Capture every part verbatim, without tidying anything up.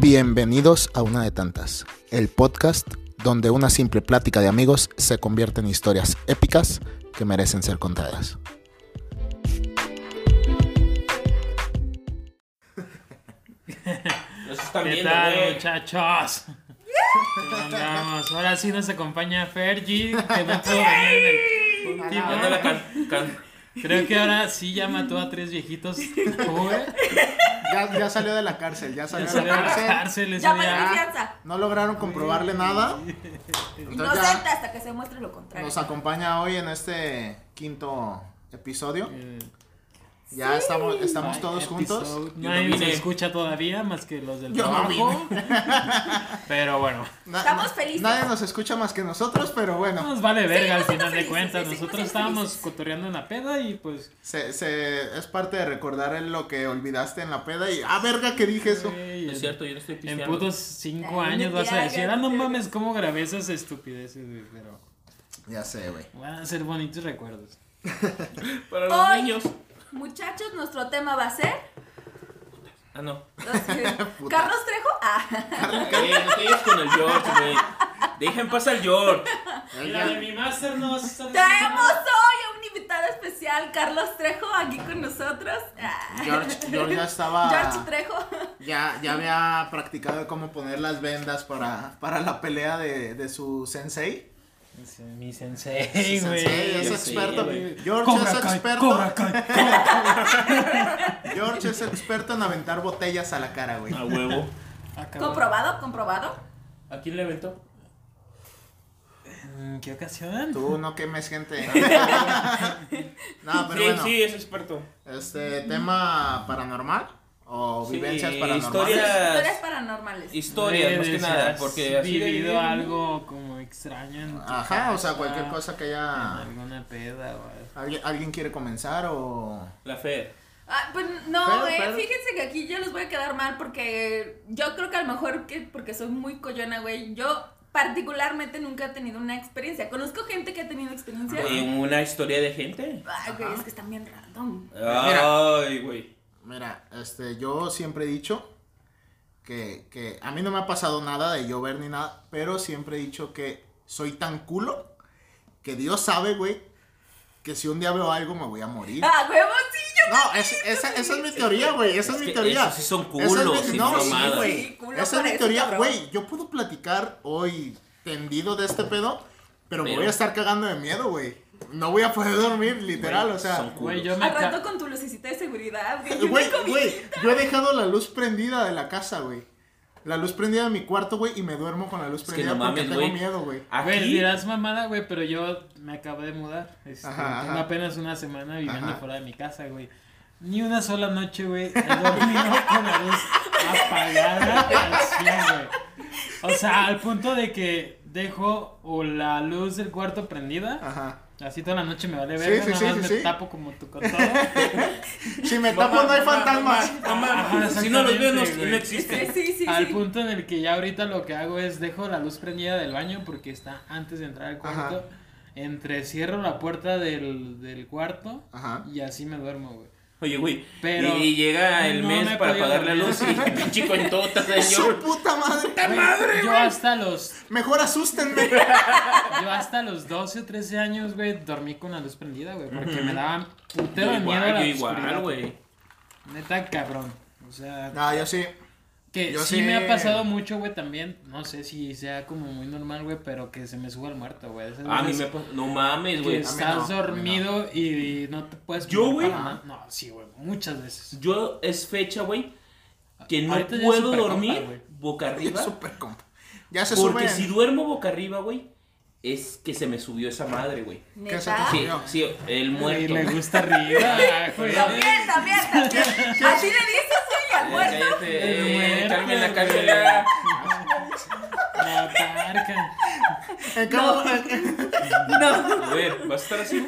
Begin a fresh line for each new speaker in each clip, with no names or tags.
Bienvenidos a Una de Tantas, el podcast donde una simple plática de amigos se convierte en historias épicas que merecen ser contadas.
¿Qué tal, muchachos? Vamos, ahora sí nos acompaña Fergie, que no pudo venir en el último.
Can, can.
Creo que ahora sí ya mató a tres viejitos. ¿Cómo, güey?
Ya, ya salió de la cárcel, ya salió,
Ya salió
de la cárcel.
cárcel ese
Ya me
día.
confianza.
No lograron comprobarle nada. Entonces
Inocente
ya
hasta que se muestre lo contrario.
nos acompaña hoy en este quinto episodio.
Eh,
Ya estamos, estamos
Ay,
todos juntos.
episode.
Yo
Nadie
no
se
vine.
escucha todavía más que los del
Yo no
trabajo. Pero bueno,
Na-
Estamos
na-
felices.
Nadie nos escucha más que nosotros, pero bueno.
nos vale verga al
nosotros
final de
felices,
cuentas.
sí, seguimos
Nosotros
siendo
estábamos
felices.
cotorreando en la peda y pues.
Se, se, es parte de recordar en lo que olvidaste en la peda y ¡ah, verga que dije eso!
güey,
No es
en-
cierto, yo no estoy
En
pisteando.
putos cinco
Ay,
años
ya,
vas a
ya,
decir,
ya,
ah, no
ya.
mames, cómo grabé esas estupideces, güey, pero
Ya sé, güey.
van a ser bonitos recuerdos.
Para los
Hoy.
niños.
Muchachos, nuestro tema va a ser
Ah, no.
Puta.
Carlos Trejo. Ah,
Eh, no te lleves con el George, güey. Dejen pasar al George.
Mira, de mi máster nos
traemos hoy a un invitado especial, Carlos Trejo, aquí con nosotros. Ah.
George, George ya estaba.
George Trejo.
Ya, ya había practicado cómo poner las vendas para, para la pelea de, de su sensei.
Mi sensei,
Su
güey.
sensei es
yo
experto.
sí, güey.
George
Cobra
es
Kai,
experto.
Cobra Kai, Cobra Kai.
George es experto en aventar botellas a la cara, güey.
A huevo.
Ah, cabrón.
¿Comprobado? ¿Comprobado?
¿A quién le aventó?
¿En qué ocasión?
Tú no quemes gente. No, pero
Sí,
bueno.
sí, es experto.
Este tema paranormal o
Sí,
vivencias paranormales.
historia-
Historias paranormales.
Historias, más que
Güey,
nada.
¿has
Porque así de-
vivido algo como extraño en tu
Ajá, o sea,
casa,
cualquier cosa que
en
haya.
alguna peda o algo.
¿Alguien, ¿Alguien quiere comenzar o.?
La fe.
Ah, pues no,
Pero,
eh,
pero-
fíjense que aquí yo les voy a quedar mal porque yo creo que a lo mejor que porque soy muy coyona, güey, yo particularmente nunca he tenido una experiencia. Conozco gente que ha tenido experiencias.
¿En una historia de gente?
Ay, güey, es que están bien random.
Ay, güey.
Mira, este, yo siempre he dicho que, que a mí no me ha pasado nada de llover ni nada, pero siempre he dicho que soy tan culo que Dios sabe, güey, que si un día veo algo me voy a morir.
Ah, huevo, sí, yo.
No, es- esa, esa es mi teoría, güey, esa es,
Es
mi
que
teoría.
esos sí son
Esa es mi-
culos y
no, sí,
mamadas.
güey.
Sí, culo
Esa es
para
mi
eso,
teoría,
cabrón.
güey. Yo puedo platicar hoy tendido de este pedo, pero, me
Pero-
voy a estar cagando de miedo, güey. No voy a poder dormir, literal,
Güey,
o sea.
son culos.
Güey, yo me
Al
ca-
rato con tu lucecita de seguridad, güey.
Güey,
una comida.
güey, yo he dejado la luz prendida de la casa, güey. La luz prendida de mi cuarto, güey, y me duermo con la luz
Es que
prendida
no
porque
mames,
tengo
güey.
miedo, güey.
Güey,
Aquí.
dirás mamada, güey, pero yo me acabo de mudar. Este,
Ajá,
tengo
ajá.
apenas una semana viviendo
Ajá.
fuera de mi casa, güey. Ni una sola noche, güey, he dormido con la luz apagada al cien, güey. O sea, al punto de que dejo o la luz del cuarto prendida.
Ajá.
Así toda la noche me vale
Sí,
ver,
sí,
nada
sí,
más
sí,
me
sí.
tapo como tú con todo.
Si me tapo no hay fantasmas.
No mames.
Ajá,
Si no los ves, no,
exactamente,
no
güey.
existen.
Sí, sí,
Al
sí.
punto en el que ya ahorita lo que hago es dejo la luz prendida del baño porque está antes de entrar al cuarto.
Ajá.
Entre cierro la puerta del, del cuarto
Ajá.
y así me duermo, güey.
Oye, güey.
Pero
y llega el
no
mes
me he
para
podido
apagar la
dormir.
luz y pinche con totas de
¡Su
yo.
puta madre!
Güey, yo hasta los
Mejor asústenme.
yo hasta los doce o trece años, güey, dormí con la luz prendida, güey, porque
Ujú.
me daban putero de
Yo
miedo a
igual,
la
yo igual,
oscuridad,
güey.
Neta cabrón. O sea,
No, yo sí.
que
yo
sí
sí.
me ha pasado mucho, güey, también. No sé si sea como muy normal, güey, pero que se me suba el muerto, güey. Esas
A mí
veces
me pa- No mames,
que
güey.
a mí
estás
no, a mí
dormido y no te puedes
Yo,
mover
güey.
para nada. No, sí, güey, muchas veces.
Yo es fecha, güey, que no
Ahorita ya es
puedo
súper
dormir
compa, güey.
boca arriba.
Súper compa. Ya se
Porque
suben.
si duermo boca arriba, güey, es que se me subió esa madre, güey.
¿Qué se
¿Neta?
te
Sí,
subió?
sí, el
Y
muerto.
le gusta arriba, güey.
También, también, también. Así le dices, güey, al
Eh,
muerto.
cállate,
El
eh,
muerto,
cálmela,
güey.
cálmela.
La parca.
En cambio,
No.
A ver, ¿vas a estar así?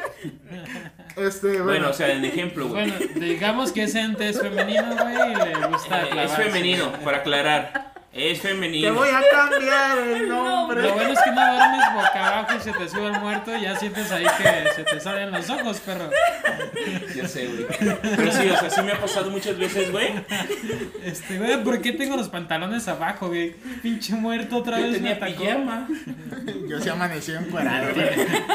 Este, bueno,
Bueno, o sea, en ejemplo, güey.
Bueno, digamos que ese ente es femenino, güey, y le gusta
Eh, es
clavarse.
femenino, para aclarar. Es
Te
femenino.
voy a cambiar el nombre.
Lo bueno es que no duermes boca abajo y se te sube el muerto y ya sientes ahí que se te salen los ojos, perro.
Ya sé, güey. Pero sí, o sea, sí me ha pasado muchas veces, güey.
Este, güey, ¿por qué tengo los pantalones abajo, güey? Pinche muerto otra
Yo
vez me
tenía
atacó.
pijama.
Yo sí amanecí encuerado, güey.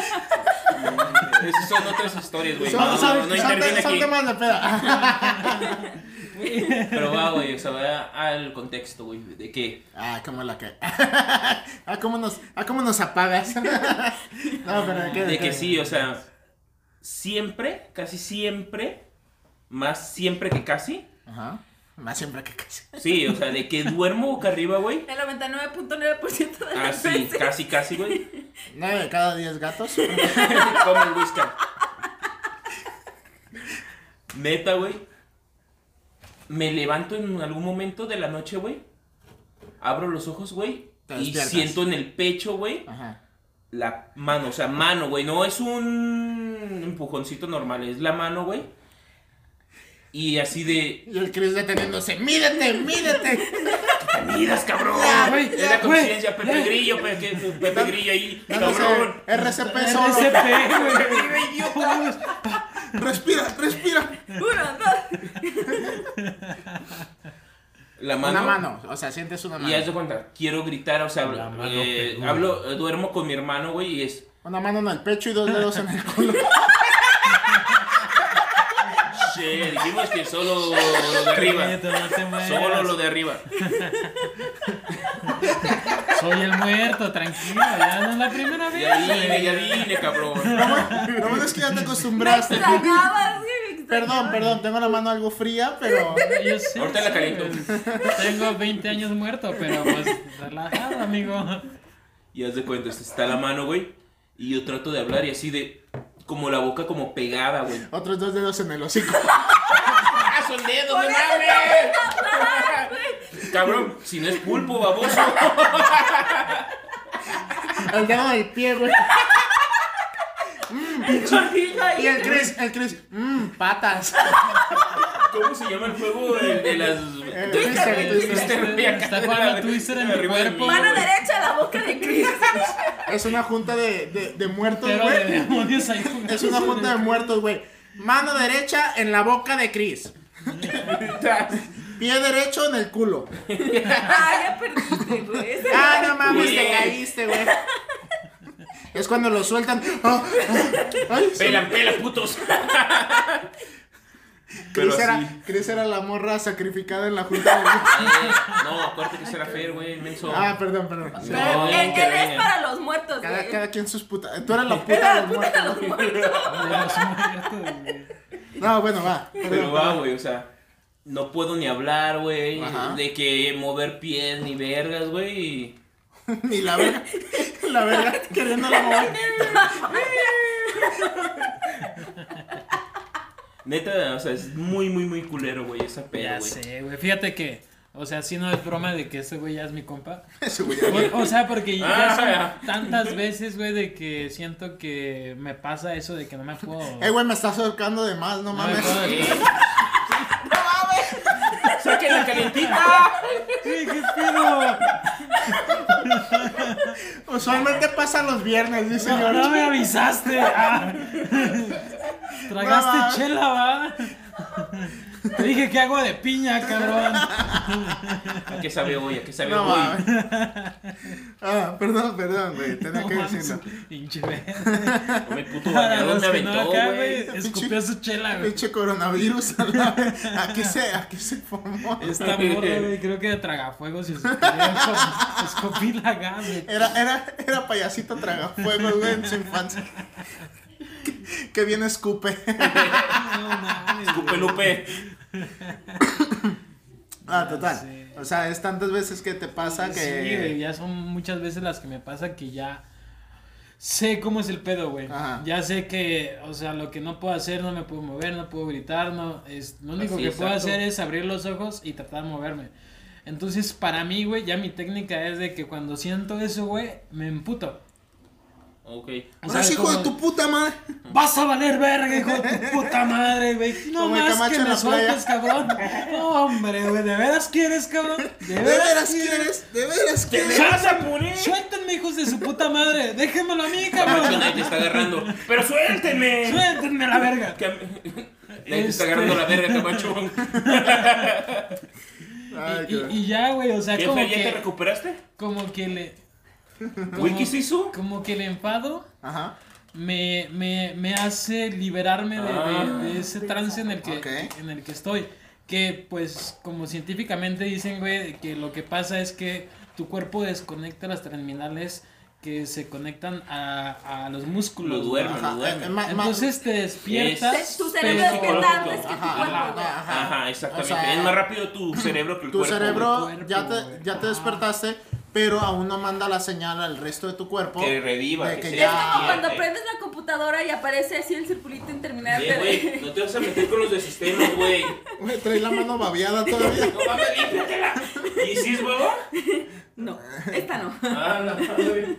Esas son otras historias, güey.
Son,
No, no,
son-
no, no
son-
interviene
son
aquí.
temas de peda.
Pero va, güey, o sea, va al contexto, güey, de que...
Ah, cómo la que. Ah, cómo nos, ah, cómo nos apagas. No, pero ¿de qué?
De que
qué?
sí, o sea, siempre, casi siempre, más siempre que casi,
Ajá. Más siempre que casi.
sí, o sea, de que duermo boca arriba, güey.
El noventa y nueve punto nueve por ciento de
Ah,
las
sí,
veces.
casi, casi, güey.
Nueve de cada diez gatos.
Comen whisky. Neta, güey. Me levanto en algún momento de la noche, güey. Abro los ojos, güey.
Te
Y
despiertas.
siento en el pecho, güey,
Ajá.
la mano, o sea, mano, güey. No es un empujoncito normal, es la mano, güey. Y así de...
Y el Chris deteniéndose. ¡Mídete, mídete!
¡Te miras, cabrón!
Ya,
güey,
Es la
güey,
conciencia, Pepe
ya.
Grillo, Pepe, Pepe Grillo ahí,
Dándose
cabrón.
R C P solo.
R C P, güey.
Respira, respira.
Uno, dos.
La mano.
Una mano. O sea, sientes una mano.
Y haz de cuenta, quiero gritar, o sea,
La mano
eh,
peluda.
hablo, eh, duermo con mi hermano, güey, y es...
Una mano en el pecho y dos dedos en el culo.
Che, dijimos que solo lo de arriba.
Nieto, no te mueras.
Solo lo de arriba.
Soy el muerto, tranquilo, ya no es la primera vez.
Ya vine,
güey.
ya vine, cabrón.
Lo bueno es que ya te
Me
acostumbraste.
extrañabas, güey, me
Perdón,
extrañabas.
perdón, tengo la mano algo fría, pero.
Yo sé,
Ahorita la
sí,
caliento.
güey. Tengo veinte años muerto, pero pues relajado, amigo.
Y haz de cuenta, está la mano, güey. Y yo trato de hablar y así de... Como la boca como pegada, güey.
Otros dos dedos en el hocico.
¡Ah, son dedos, no mames! Cabrón, si no es pulpo, baboso.
El dedo del pie, güey. Y el Chris, el Chris. Mmm, patas.
¿Cómo se llama el juego de, de las...
El
Twister,
Twister,
Twister,
Twister.
güey, acá
Está
de
jugando
la-
Twister en
de
mi
arriba de
cuerpo.
mí,
Mano
güey.
derecha, la boca de Chris.
Es una junta de, de, de muertos,
Pero de
güey.
demonios ahí jugando.
Es una junta de muertos, güey. Mano derecha en la boca de Chris. Pie derecho en el culo.
Ah, ya perdiste, güey. Ese
Ah,
no
no mames,
Güey.
te caíste, güey. Es cuando lo sueltan. Ah, ah, ay, sí.
Pelan, pelan, putos.
Chris,
Pero
era,
sí.
Chris era la morra sacrificada en la junta de
Eh, no, acuérdate que será Fer, güey, menso.
Ah, perdón, perdón. Sí.
Pero
No,
él, él
que
es
venga.
para los muertos,
Cada,
güey.
cada quien sus putas. Tú eres la
Era
puta
la
del
puta
muerto.
de los
¿no?
muertos.
De los muertos, güey.
No, bueno, va.
Pero
Perdón,
va,
perdón.
güey, o sea, no puedo ni hablar, güey,
Ajá.
de que mover pies ni vergas, güey. y-
Ni la verga. La verga queriendo la mover.
Neta, o sea, es muy, muy, muy culero, güey, esa pedo,
Ya
güey.
sé, güey. Fíjate que, o sea, sí no es broma de que ese güey ya es mi compa.
Ese güey.
O, o sea, porque
Ah,
ya son
ya.
tantas veces, güey, de que siento que me pasa eso de que no me puedo.
Eh, güey, me estás ahorcando de más, no
no me
mames.
puedo
Eh. ¡Saquen la calentita!
Güey, ¿qué pedo?
Usualmente pasa los viernes, dice
No,
señor.
no me avisaste. Ah. Tragaste
No,
chela, va. Te dije que agua de piña, cabrón.
¿A qué sabe hoy? ¿A qué sabe
No
hoy?
mames. Ah, perdón, perdón, güey. Tenía
No
que
mames,
decirlo.
pinche verga.
Come puto
Para
bañador,
los
me
que no
aventó,
acá,
güey.
güey, escupió su chela, güey.
Pinche coronavirus. a la vez. Aquí se, aquí se formó.
Esta morra, güey, creo que de tragafuegos y se escupí- escupí la gas, güey.
Era, era, era payasito tragafuegos, güey, en su infancia. Que, que bien escupe.
No mames,
Escupe
güey.
Lupe.
Ah, total.
Sí.
O sea, es tantas veces que te pasa que.
Sí, güey, ya son muchas veces las que me pasa que ya sé cómo es el pedo, güey.
Ajá.
Ya sé que, o sea, lo que no puedo hacer, no me puedo mover, no puedo gritar, no, es, lo único
Así,
que puedo
exacto.
hacer es abrir los ojos y tratar de moverme. Entonces, para mí, güey, ya mi técnica es de que cuando siento eso, güey, me emputo.
Ok.
Ahora sí, hijo
como-
de tu puta madre.
Vas a valer verga, hijo de tu puta madre, güey. No
Como el
más
Camacho
que
en
me
la
sueltes, cabrón. No, hombre, güey. ¿De veras quieres, cabrón?
¿De veras quieres? ¿De veras
¿Qué
quieres?
me vas a poner?
Suéltenme, hijos de su puta madre. Déjenmelo a mí,
Camacho,
cabrón.
nadie te está agarrando. ¡Pero suéltenme!
Suéltenme la verga.
Que a mí- Nadie te está
Este-
agarrando la verga, Camacho.
Ay,
Y, y-
qué-
y ya, güey, o sea,
¿Qué
como
fue? ¿Ya te
que,
recuperaste?
como que le,
¿Güey, qué se hizo?
como que el enfado
Ajá.
me, me, me hace liberarme de,
Ah.
de- de ese trance en el que,
Ok.
en el que estoy. Que, pues, como científicamente dicen, güey, que lo que pasa es que tu cuerpo desconecta las terminales que se conectan a, a los músculos.
Lo duerme,
güey.
Ajá,
lo duerme.
eh, ma- ma-
Entonces te despiertas.
Es-
Tu cerebro
pero-
despierta antes que tu
Ajá,
cuerpo,
ajá,
güey.
ajá.
Ajá, exactamente.
O sea,
es más rápido tu cerebro que el
Tu
cuerpo.
cerebro
güey.
ya
Cuerpo,
te,
güey.
ya te despertaste, pero aún no manda la señal al resto de tu cuerpo.
Que reviva,
de
que
que
se
Es
ya-
como cuando
despierte.
prendes la computadora y aparece así el circulito interminable.
Eh, güey, no te vas a meter con los de sistemas, güey.
Güey, trae la mano babeada todavía.
No mames, límpiatela. ¿Y si es huevo?
No, esta no.
Ah, la madre.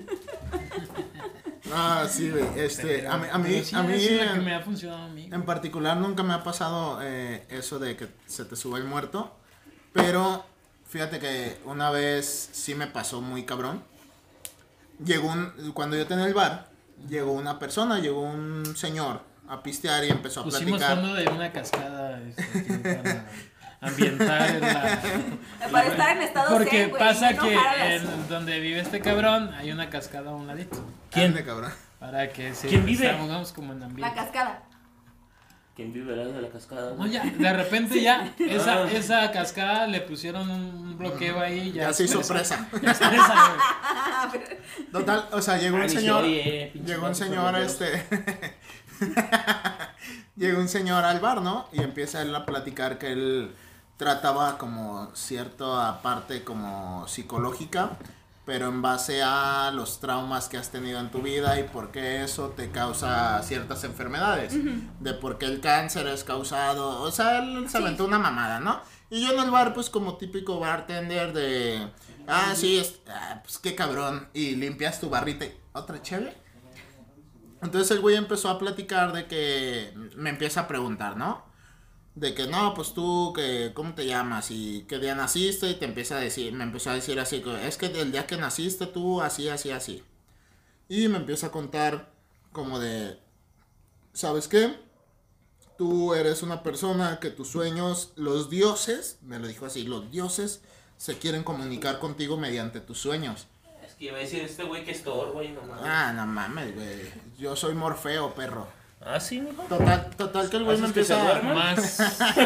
Ah, sí, güey. Este, a mí, a mí,
Pero sí,
a mí
esa es la que
en,
me ha funcionado a mí.
en particular nunca me ha pasado eh, eso de que se te sube el muerto. Pero fíjate que una vez sí me pasó muy cabrón. Llegó un, cuando yo tenía el bar, llegó una persona, llegó un señor a pistear y empezó a
Pusimos
platicar.
fondo de una cascada este, aquí para ambientar la...
Para estar en estado
Porque
zen, güey,
pasa
y no
que
enojar a las-
en donde vive este cabrón hay una cascada a un ladito.
¿Quién? De cabrón.
Para que se
¿Quién vive?
pongamos como en
La
ambiente.
cascada.
¿Quién vive al lado de la cascada?
No,
güey?
ya, de repente ya, esa,
Ah.
esa cascada le pusieron un bloqueo ahí. Ya,
Ya se hizo
es
presa.
Ya es presa, güey.
Total, o sea, llegó
Ah,
un
ni se
señor.
oye, pinche
Llegó un
vatos
señor,
europeos.
este. Llegó un señor al bar, ¿no? Y empieza él a platicar que él trataba como cierta parte como psicológica, pero en base a los traumas que has tenido en tu vida y por qué eso te causa ciertas enfermedades. De por qué el cáncer es causado. O sea, él se aventó una mamada, ¿no? Y yo en el bar, pues como típico bartender de. Ah, sí, es, ah, pues qué cabrón. Y limpias tu barrita. y, ¿Otra chévere? Entonces el güey empezó a platicar de que me empieza a preguntar, ¿no? De que no, pues tú, que, ¿cómo te llamas? Y qué día naciste, y te empieza a decir, me empezó a decir así, que es que el día que naciste tú, así, así, así. Y me empieza a contar como de, ¿sabes qué? Tú eres una persona que tus sueños, los dioses, me lo dijo así, los dioses se quieren comunicar contigo mediante tus sueños.
Es que iba a decir este güey que es Thor, güey, no mames.
Ah, no mames, güey. Yo soy Morfeo, perro.
Ah, sí, mijo.
Total, total que el güey me
¿Haces que se
empieza a...
duerma?
Más.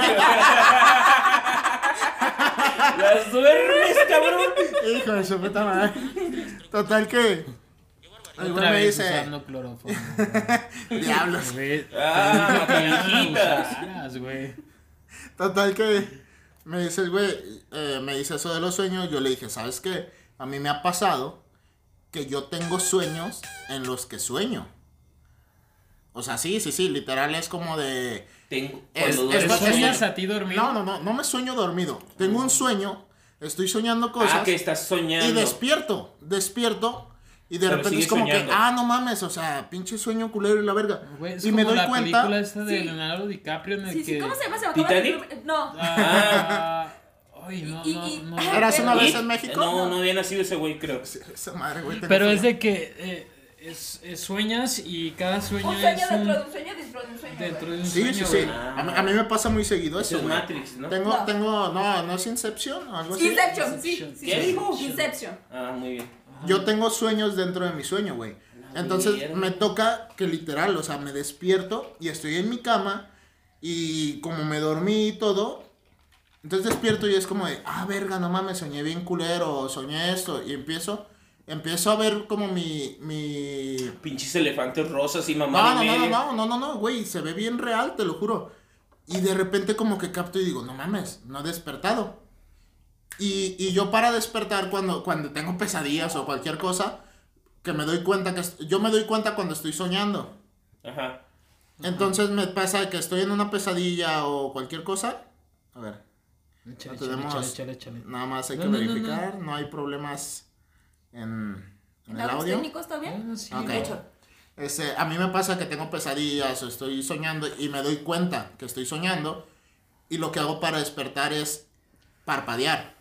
Las duermes, cabrón.
Hijo de su puta madre. Total que... El güey
Otra
me
vez
dice...
usando cloroformo.
Diablos.
Güey,
Ah,
te dije que ya no lo
viejitas.
usaras, güey.
Total que... Me dice el güey... eh, me dice eso de los sueños. Yo le dije, ¿sabes qué? A mí me ha pasado que yo tengo sueños en los que sueño. O sea, sí, sí, sí. Literal es como de...
Tengo,
Es-
cuando
es-
¿Te
duermes,
es-
sueñas a ti dormido?
No, no, no. No me sueño dormido. Tengo un sueño. Estoy soñando cosas.
Ah, que estás soñando.
Y despierto, despierto. Y de
Pero
repente
sigues
es como
soñando.
que, ah, no mames, o sea, pinche sueño culero y la verga.
Güey, es
y
como
me doy
la
cuenta.
película esta de
Sí.
Leonardo DiCaprio en el
Sí,
que...
sí, ¿cómo se llama? Se me acaba
¿Titanic?
de- No.
Ah, ay, no,
Y-
no,
y-
no.
ajá,
¿Eras una
pero-
vez
¿Y?
en México?
No, no había nacido ese güey, creo.
Esa madre, güey. tengo
Pero
sueño.
es de que eh, es, es sueñas y cada sueño,
Un sueño
es un...
dentro de un sueño dentro de un sueño.
dentro de un
Sí,
sueño,
sí, sí.
güey.
A mí, a mí me pasa muy seguido
Ese
eso,
es
güey.
Matrix, ¿no?
Tengo,
No.
tengo, no, no es Inception o algo así.
Inception, sí. sí,
¿Qué
sí.
dijo?
Inception.
Ah, muy bien.
Yo tengo sueños dentro de mi sueño, güey. Entonces
mierda.
me toca que literal, o sea, me despierto y estoy en mi cama y como me dormí y todo, entonces despierto y es como de, ah, verga, no mames, soñé bien culero, soñé esto y empiezo, empiezo a ver como mi, mi...
Pinches elefantes rosas y
No,
mamá
no,
y
no, no,
media.
no, no, no, no, güey, se ve bien real, te lo juro. Y de repente como que capto y digo, no mames, no he despertado. Y, y yo para despertar cuando, cuando tengo pesadillas o cualquier cosa, que me doy cuenta que... est- Yo me doy cuenta cuando estoy soñando.
Ajá.
Entonces me pasa que estoy en una pesadilla o cualquier cosa. A ver,
Échale,
no
échale,
tenemos-
échale, échale, échale.
nada más hay
No,
que
no, no,
verificar. No, hay problemas en, en
¿El
el
audio
audio.
técnico está bien?
Ah, sí,
Ok.
güey.
Este, a mí me pasa que tengo pesadillas o estoy soñando y me doy cuenta que estoy soñando y lo que hago para despertar es parpadear.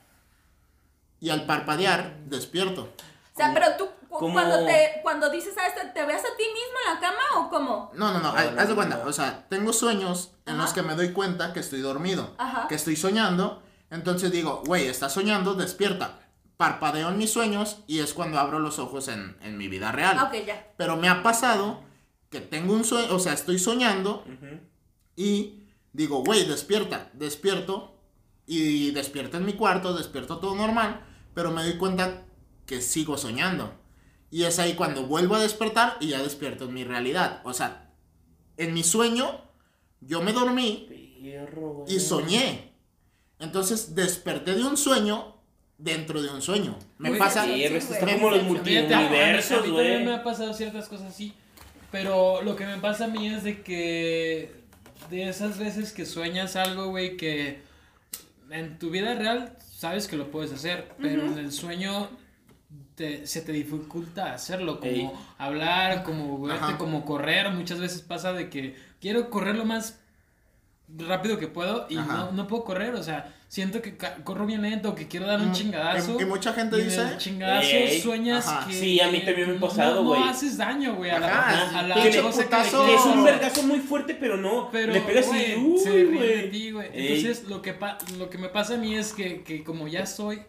Y al parpadear, despierto.
O sea, pero tú cu-
¿Cómo?
cuando te cuando dices a esto, ¿te ves a ti mismo en la cama o cómo?
No, no, no,
No,
haz
no,
haz de
no,
cuenta,
no.
o sea, tengo sueños en
Ajá.
los que me doy cuenta que estoy dormido,
Ajá.
que estoy soñando, entonces digo, güey, estás soñando, despierta. Parpadeo en mis sueños y es cuando abro los ojos en, en mi vida real.
Ah, ok, ya.
Pero me ha pasado que tengo un sueño, o sea, estoy soñando
Ujú.
y digo, güey, despierta, despierto y despierto en mi cuarto, despierto todo normal, pero me doy cuenta que sigo soñando. Y es ahí cuando vuelvo a despertar y ya despierto en mi realidad. O sea, en mi sueño yo me dormí
Perro, güey.
y soñé. Entonces desperté de un sueño dentro de un sueño. Me
Güey,
pasa...
Sí,
Sí,
esto está
güey.
como los
Fíjate, a- a mí- a
multiuniversos,
mí también me
güey.
ha pasado ciertas cosas así. Pero lo que me pasa a mí es de que de esas veces que sueñas algo, güey, que en tu vida real sabes que lo puedes hacer, pero en el sueño te- se te dificulta hacerlo, como
Ey.
hablar, como moverte,
Ajá.
como correr. Muchas veces pasa de que quiero correr lo más rápido que puedo y
Ajá.
no, no puedo correr, o sea, siento que ca- corro bien lento, que quiero dar un
Mm,
chingadazo.
y- y mucha gente
y en
dice-
el chingadazo
Ey.
sueñas
Ajá.
que
Sí, a mí también me ha
no-
pasado,
no,
güey.
No haces daño, güey, a la,
Ajá,
a la
pinche
cosa que le
putazo.
Que es un
quieres.
vergazo muy fuerte, pero no.
Pero,
le pegas
güey,
y uy,
se ríe de
güey.
ti, güey.
Ey.
Entonces, lo que, pa- lo que me pasa a mí es que, que como ya soy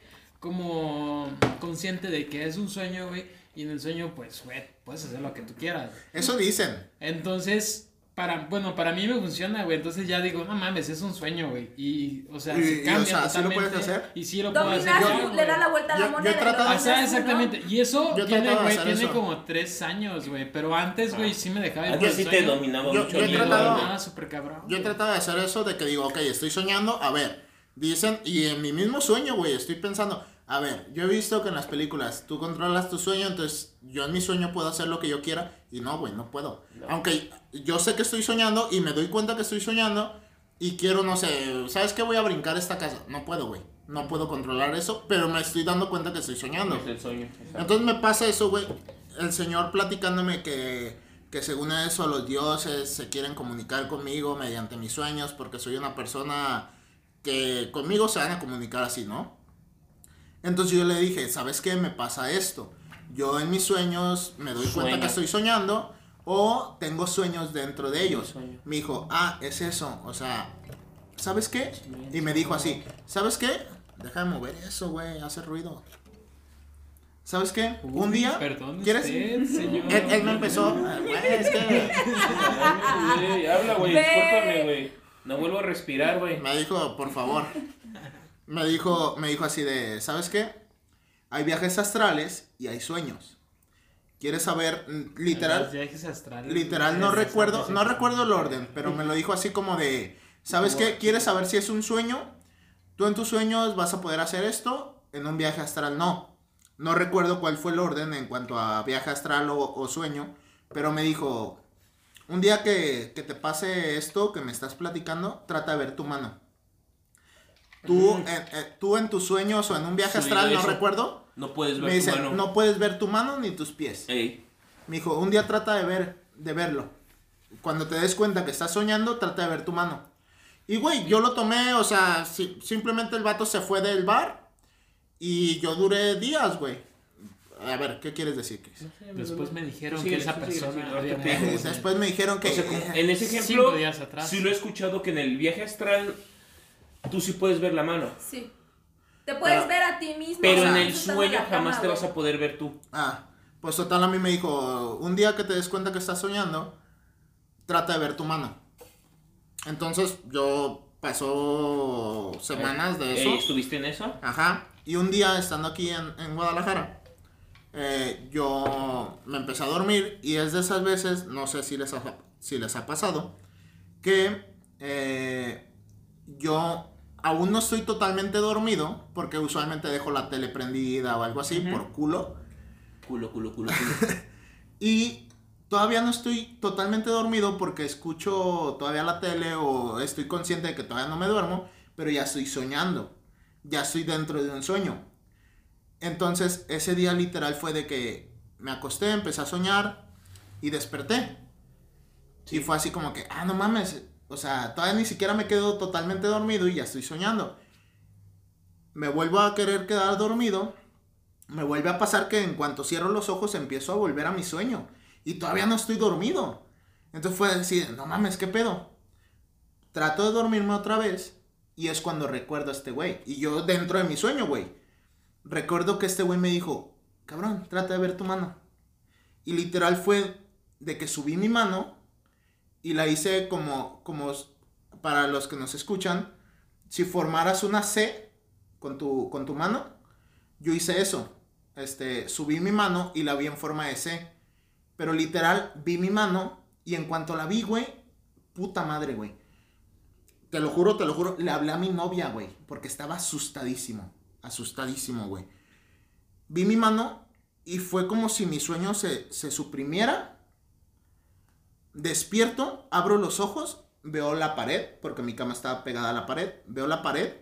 como consciente de que es un sueño, güey, y en el sueño, pues, güey, puedes hacer lo que tú quieras.
Eso dicen.
Entonces, para, bueno, para mí me funciona, güey. Entonces ya digo, no mames, es un sueño, güey. Y, o sea,
Y-
se
y, o
cambia
sea, ¿sí lo
totalmente.
puedes hacer?
Y sí lo puedo hacer.
Dominas,
ya,
tú,
güey.
le da la vuelta a la
Yo- yo he
moneda. y lo
tratado-
O
dominas
sea,
tú, ¿no?
exactamente. Y eso
Yo he
tiene,
tratado de
güey,
hacer
tiene
eso.
como tres años, güey. Pero antes, güey, sí me dejaba ir por
Antes
el
sí te
sueño.
dominaba
Yo-
mucho.
yo he
Y
el
me
tratado-
güey.
dominaba súper cabrón.
Yo he
güey.
tratado de hacer eso de que digo, ok, estoy soñando, a ver, dicen, y en mi mismo sueño, güey, estoy pensando, a ver, yo he visto que en las películas tú controlas tu sueño, entonces yo en mi sueño puedo hacer lo que yo quiera, y no, güey, no puedo.
No.
Aunque yo sé que estoy soñando y me doy cuenta que estoy soñando y quiero, no sé, ¿sabes qué? Voy a brincar esta casa. No puedo, güey, no puedo controlar eso, pero me estoy dando cuenta que estoy soñando.
Es el sueño. exacto.
Entonces me pasa eso, güey. El Señor platicándome que, que según eso los dioses se quieren comunicar conmigo mediante mis sueños porque soy una persona que conmigo se van a comunicar así, ¿no? Entonces yo le dije, ¿sabes qué? Me pasa esto. Yo en mis sueños me doy cuenta
Sueño.
que estoy soñando o tengo sueños dentro de ellos.
Sueño.
Me dijo, ah, es eso. O sea, ¿sabes qué? Y me dijo así, ¿sabes qué? Deja de mover eso, güey, hace ruido. ¿Sabes qué? Un
Uy,
día,
Perdón,
¿quieres?
usted, señor.
Él, él me empezó, "Ah, güey, es que
Güey, habla, güey,
Ve.
discúlpame, güey. No vuelvo a respirar, güey.
me dijo, por favor. Me dijo, me dijo así de, ¿sabes qué? Hay viajes astrales y hay sueños. ¿Quieres saber? Mm,
Los
Literal,
viajes astrales.
literal no
Viajes
recuerdo,
astrales,
no
sí.
recuerdo el orden, pero me lo dijo así como de, ¿sabes qué? ¿Quieres saber si es un sueño? Tú en tus sueños vas a poder hacer esto, en un viaje astral no. No recuerdo cuál fue el orden en cuanto a viaje astral o, o sueño, pero me dijo, un día que, que te pase esto que me estás platicando, trata de ver tu mano. Tú,
Ujú.
en, eh, tú en tus sueños o en un viaje
Sí,
astral, no
eso.
recuerdo,
No puedes ver
me
tu
dice,
mano.
no puedes ver tu mano ni tus pies.
Ey.
Me dijo, un día trata de ver, de verlo. Cuando te des cuenta que estás soñando, trata de ver tu mano. Y güey, yo lo tomé, o sea, si- simplemente el vato se fue del bar y yo duré días, güey. A ver, ¿qué quieres decir, Chris?
Después me dijeron
Sí,
que
sí,
esa
sí, sí,
persona
sí,
había
ahorita te digo.
muerto.
Después me dijeron que...
O sea, como en ese
Cinco
ejemplo,
días atrás.
sí lo he escuchado que en el viaje astral tú sí puedes ver la mano.
Sí. Te puedes
Pero-
ver a ti mismo.
Pero
o sea,
en el
tú estando
sueño
en la cama,
jamás te vas
güey.
a poder ver tú.
Ah, pues total a mí me dijo, un día que te des cuenta que estás soñando, trata de ver tu mano. Entonces yo pasó semanas de eso.
Ey, ¿estuviste en eso?
Ajá. Y un día estando aquí en, en Guadalajara, eh, yo me empecé a dormir y es de esas veces, no sé si les ha, si les ha pasado, que eh, yo aún no estoy totalmente dormido porque usualmente dejo la tele prendida o algo así
Ujú.
por culo.
Culo, culo, culo, culo.
Y todavía no estoy totalmente dormido porque escucho todavía la tele o estoy consciente de que todavía no me duermo, pero ya estoy soñando. Ya estoy dentro de un sueño. Entonces, ese día literal fue de que me acosté, empecé a soñar y desperté. Sí. Y fue así como que, ah, no mames, o sea, todavía ni siquiera me quedo totalmente dormido y ya estoy soñando. Me vuelvo a querer quedar dormido, me vuelve a pasar que en cuanto cierro los ojos empiezo a volver a mi sueño y todavía no estoy dormido. Entonces fue decir, no mames, ¿qué pedo? Trato de dormirme otra vez y es cuando recuerdo a este güey. Y yo dentro de mi sueño, güey, recuerdo que este güey me dijo, cabrón, trata de ver tu mano. Y literal fue de que subí mi mano y la hice como, como para los que nos escuchan, si formaras una C con tu, con tu mano, yo hice eso. Este, subí mi mano y la vi en forma de C. Pero literal, vi mi mano y en cuanto la vi, güey, puta madre, güey. Te lo juro, te lo juro, le hablé a mi novia, güey, porque estaba asustadísimo, asustadísimo, güey. Vi mi mano y fue como si mi sueño se, se suprimiera. Despierto, abro los ojos, veo la pared, porque mi cama estaba pegada a la pared, veo la pared,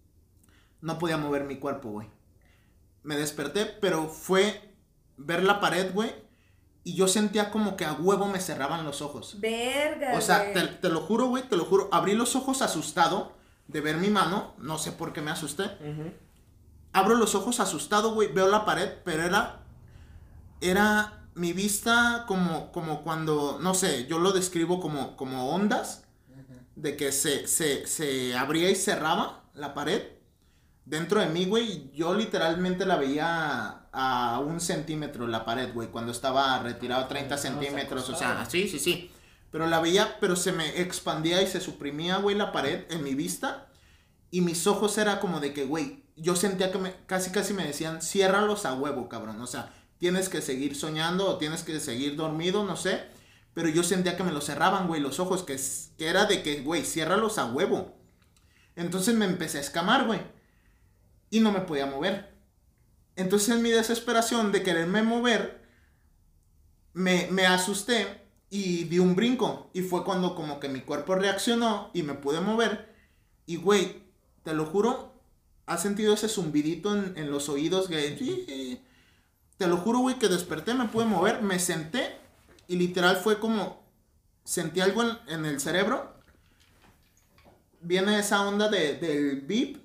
no podía mover mi cuerpo, güey. Me desperté, pero fue ver la pared, güey. Y yo sentía como que a huevo me cerraban los ojos.
Verga,
O sea, te, te lo juro, güey, te lo juro. Abrí los ojos asustado de ver mi mano. No sé por qué me asusté. Uh-huh. Abro los ojos asustado, güey. Veo la pared, pero era... Era mi vista como, como cuando... No sé, yo lo describo como, como ondas. Uh-huh. De que se, se, se abría y cerraba la pared. Dentro de mí, güey, yo literalmente la veía a un centímetro la pared, güey, cuando estaba retirado treinta centímetros, o sea, sí, sí, sí. Pero la veía, pero se me expandía y se suprimía, güey, la pared en mi vista. Y mis ojos era como de que, güey, yo sentía que me, casi, casi me decían, ciérralos a huevo, cabrón. O sea, tienes que seguir soñando o tienes que seguir dormido, no sé. Pero yo sentía que me los cerraban, güey, los ojos, que, que era de que, güey, ciérralos a huevo. Entonces me empecé a escamar, güey. Y no me podía mover. Entonces en mi desesperación de quererme mover, me, me asusté y di un brinco. Y fue cuando como que mi cuerpo reaccionó y me pude mover. Y güey, te lo juro, ¿has sentido ese zumbidito en, en los oídos? Que, te lo juro, güey, que desperté, me pude mover, me senté. Y literal fue como, sentí algo en, en el cerebro. Viene esa onda de, del beep.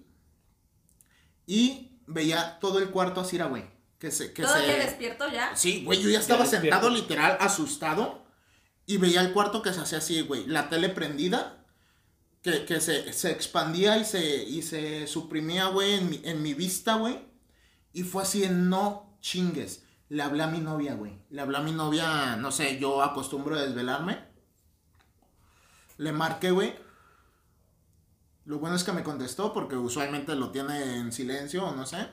Y veía todo el cuarto así, era, güey. Que se, que
¿Todo
se...
te despierto ya?
Sí, güey, yo ya estaba ya sentado literal, asustado. Y veía el cuarto que se hacía así, güey. La tele prendida. Que, que se, se expandía y se, y se suprimía, güey, en mi, en mi vista, güey. Y fue así, no chingues. Le hablé a mi novia, güey. Le hablé a mi novia, no sé, yo acostumbro a desvelarme. Le marqué, güey. Lo bueno es que me contestó porque usualmente lo tiene en silencio o no sé.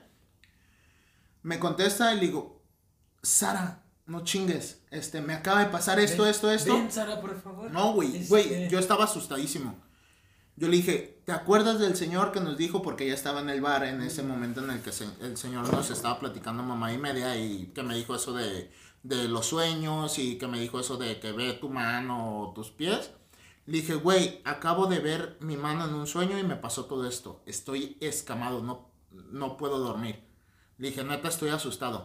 Me contesta y le digo, Sara, no chingues, este, me acaba de pasar esto,
ven,
esto, esto.
Ven, Sara, por favor.
No, güey, güey, este... yo estaba asustadísimo. Yo le dije, ¿te acuerdas del señor que nos dijo? Porque ya estaba en el bar en ese momento en el que se, el señor nos estaba platicando mamá y media y que me dijo eso de, de los sueños y que me dijo eso de que ve tu mano o tus pies. Le dije, güey, acabo de ver mi mano en un sueño y me pasó todo esto. Estoy escamado, no, no puedo dormir. Le dije, neta, estoy asustado.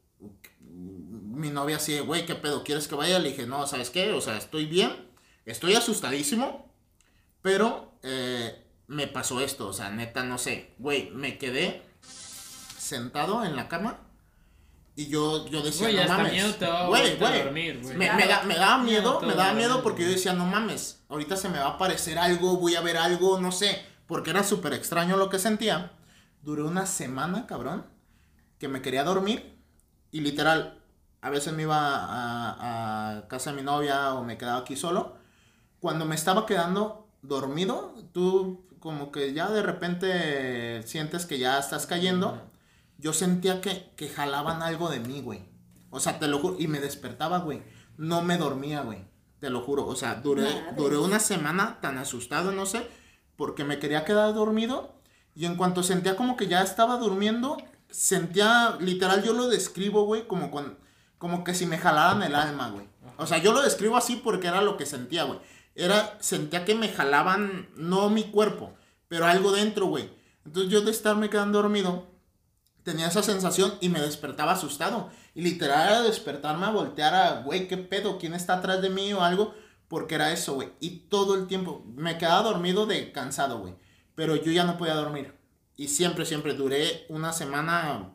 Mi novia así, güey, ¿qué pedo? ¿Quieres que vaya? Le dije, no, ¿sabes qué? O sea, estoy bien, estoy asustadísimo, pero eh, me pasó esto. O sea, neta, no sé. Güey, me quedé sentado en la cama. Y yo, yo decía,
güey,
no
hasta
mames.
Miedo te va
güey,
a
güey.
dormir, güey.
Me, me, da, me daba miedo, me daba miedo porque yo decía, no mames, ahorita se me va a aparecer algo, voy a ver algo, no sé. Porque era súper extraño lo que sentía. Duró una semana, cabrón, que me quería dormir. Y literal, a veces me iba a, a casa de mi novia o me quedaba aquí solo. Cuando me estaba quedando dormido, tú como que ya de repente sientes que ya estás cayendo. Yo sentía que, que jalaban algo de mí, güey. O sea, te lo juro. Y me despertaba, güey. No me dormía, güey. Te lo juro. O sea, duré, duré una semana tan asustado, no sé. Porque me quería quedar dormido. Y en cuanto sentía como que ya estaba durmiendo, sentía, literal, yo lo describo, güey, como, con, como que si me jalaran el alma, güey. O sea, yo lo describo así porque era lo que sentía, güey. Era, sentía que me jalaban, no mi cuerpo, pero algo dentro, güey. Entonces yo de estarme quedando dormido, tenía esa sensación y me despertaba asustado. Y literal era despertarme a voltear a, güey, ¿qué pedo? ¿Quién está atrás de mí o algo? Porque era eso, güey. Y todo el tiempo me quedaba dormido de cansado, güey. Pero yo ya no podía dormir. Y siempre, siempre duré una semana,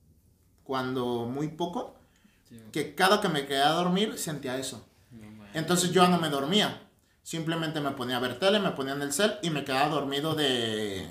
cuando muy poco,
Sí.
que cada que me quedaba a dormir sentía eso.
No mames.
Entonces yo ya no me dormía. Simplemente me ponía a ver tele, me ponía en el cel y me quedaba dormido de,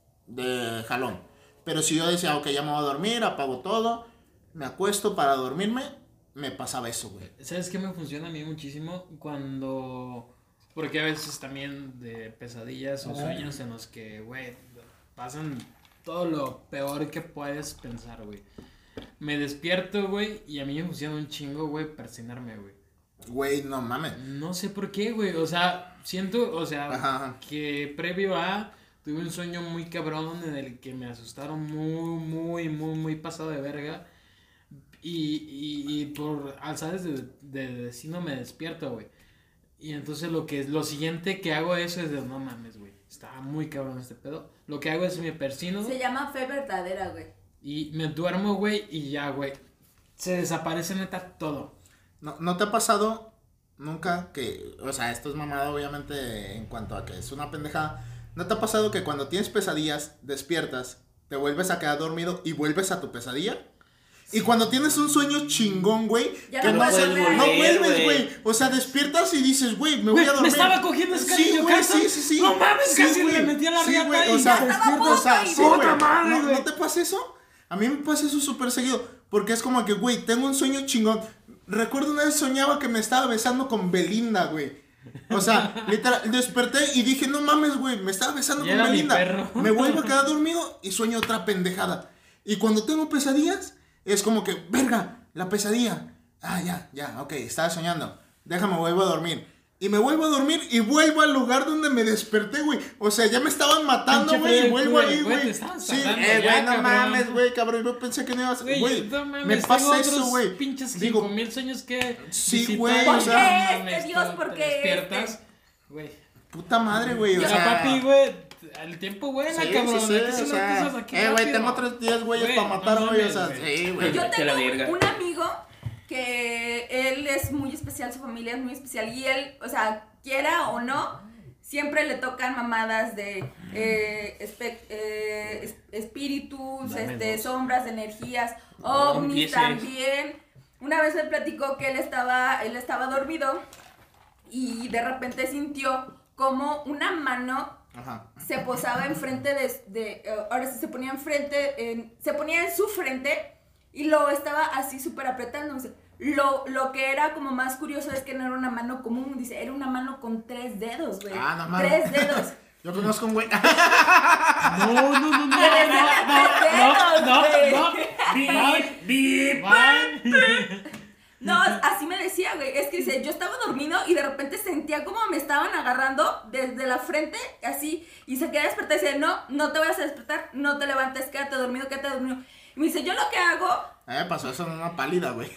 de jalón. Pero si yo decía, ok, ya me voy a dormir, apago todo, me acuesto para dormirme, me pasaba eso, güey.
¿Sabes qué me funciona a mí muchísimo? Cuando... Porque a veces también de pesadillas o sueños en los que, güey, pasan todo lo peor que puedes pensar, güey. Me despierto, güey, y a mí me funciona un chingo, güey, persignarme, güey.
Güey, no mames.
No sé por qué, güey. O sea, siento, o sea,
Ajá, ajá.
que previo a tuve un sueño muy cabrón en el que me asustaron muy, muy, muy, muy pasado de verga. Y, y, y por alzares de, de destino me despierto, güey. Y entonces lo que lo siguiente que hago eso es de no mames, güey. Está muy cabrón este pedo. Lo que hago es me persino
Se llama fe verdadera, güey.
y me duermo, güey, y ya, güey. Se desaparece neta todo.
¿No, ¿No te ha pasado nunca que, o sea, esto es mamada obviamente en cuanto a que es una pendejada? ¿No te ha pasado que cuando tienes pesadillas, despiertas, te vuelves a quedar dormido y vuelves a tu pesadilla? Y cuando tienes un sueño chingón, güey,
Ya
que
no
no,
puedes
hace-
volver,
no vuelves,
güey.
güey. O sea, despiertas y dices, güey, me voy
Güey,
a dormir.
me estaba cogiendo
Sí,
escalillo,
güey,
Carson.
sí, sí, sí.
No mames,
Sí,
casi
güey.
me metí a la
Sí,
riata
güey,
y
o sea,
ya
estaba a
o sea,
punto y
sí,
¡puta
güey.
madre,
¿No,
güey!
¿No te pasa eso? A mí me pasa eso súper seguido. Porque es como que, güey, tengo un sueño chingón. Recuerdo una vez soñaba que me estaba besando con Belinda, güey. O sea, literal, desperté y dije, no mames, güey, me estaba besando
Y
con
era mi
Belinda.
perro.
Me vuelvo a quedar dormido y sueño otra pendejada. Y cuando tengo pesadillas, es como que, verga, la pesadilla. Ah, ya, ya, ok, estaba soñando. Déjame, vuelvo a dormir. Y me vuelvo a dormir y vuelvo al lugar donde me desperté, güey. O sea, ya me estaban matando,
Pinche
güey. Y
Freddy
vuelvo
Krueger,
ahí,
güey, te
güey.
estabas
Sí,
tardando
eh,
ya,
güey, no
cabrón.
mames, güey, cabrón. Yo pensé que no ibas a...
Güey,
Güey,
no mames,
me
tengo
pasa
otros
eso, güey.
pinches
Digo,
cinco mil sueños que
Sí,
visitar,
güey,
no
o sea-
mames,
¿Por qué este, Dios?
te-
¿Por
te
qué
despiertas,
este?
güey.
puta madre, güey. O
O
sea,
sea, papi, güey, el tiempo vuela,
Sí,
cabrón.
sí, sí,
hay que
o
hacer las
sea,
cosas aquí
eh, güey,
rápido.
tengo otros diez güeyes
Güey,
para matar,
no
güey. O
mames,
sea,
güey.
sí, güey.
Yo
Vete a la
tengo
verga.
un amigo que él es muy especial, su familia es muy especial y él, o sea, quiera o no, siempre le tocan mamadas de eh, espe- eh, es- espíritus,
Dame
este,
dos.
sombras, energías,
No
ovnis
empieces.
también. Una vez me platicó que él estaba, él estaba dormido y de repente sintió como una mano
Ajá.
se posaba enfrente de, de eh, ahora sí se ponía enfrente, en- se ponía en su frente y lo estaba así súper apretando. Dice, Lo, lo que era como más curioso es que no era una mano común, dice, era una mano con tres dedos, güey.
Ah, no mames.
Tres dedos.
Yo conozco un güey.
No, no, no, no.
Tres dedos,
No,
güey.
no.
Bip, bip.
Bye.
No, así me decía, güey. Es que dice, yo estaba dormido y de repente sentía como me estaban agarrando desde la frente, así, y se queda despertar y dice, no, no te vayas a despertar, no te levantes, quédate dormido, quédate dormido. Y me dice, yo lo que hago
A mí me pasó eso en una pálida, güey.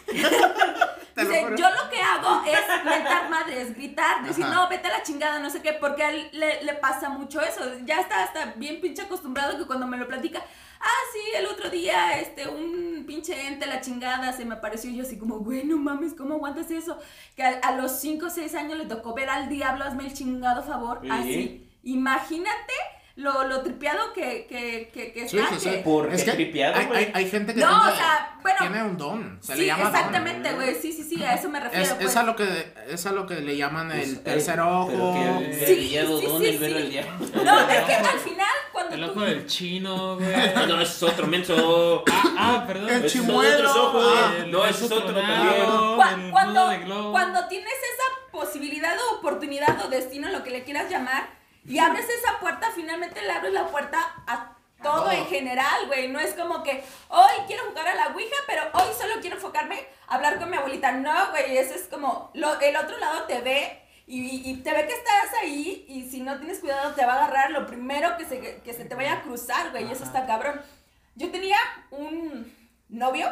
Te lo
Dice,
juro.
yo lo que hago es mentar madres, gritar, decir,
Ajá.
no, vete a la chingada, no sé qué, porque a él le, le pasa mucho eso. Ya está hasta bien pinche acostumbrado que cuando me lo platica, ah, sí, el otro día, este, un pinche ente, la chingada, se me apareció y yo así como, güey, no mames, ¿cómo aguantas eso? Que a, a los cinco o seis años le tocó ver al diablo, hazme el chingado favor,
Sí.
así. Imagínate lo, lo tripeado que, que, que, que
Sí,
está.
sí, sí.
que-
¿Por qué tripeado,
hay,
güey?
hay, hay gente que
No,
tiene,
o sea, bueno,
tiene un don. Se le
Sí,
llama don.
exactamente, güey, sí, sí, sí, a eso me refiero.
Es,
pues.
es, a lo que, es a lo que le llaman
Pues,
el
eh,
tercer
pero
ojo.
que el
Sí,
diablo,
sí,
¿dónde
sí,
el ver
sí.
el diablo?
No, es que al final, cuando
El
tú...
ojo del chino, güey.
Ah, no, ese es otro menso.
Ah, perdón.
El
Ese es
chimuelo.
otro ojo.
Ah,
El
No, ese es
beso
otro
tronado,
también.
Cu-
el
cuando,
nudo de globo.
cuando tienes esa posibilidad o oportunidad o destino, lo que le quieras llamar, y abres esa puerta, finalmente le abres la puerta a todo en general, güey. No es como que hoy quiero jugar a la Ouija, pero hoy solo quiero enfocarme a hablar con mi abuelita. No, güey, eso es como, lo, el otro lado te ve y, y te ve que estás ahí y si no tienes cuidado te va a agarrar lo primero que se, que se te vaya a cruzar, güey. Y eso está cabrón. Yo tenía un novio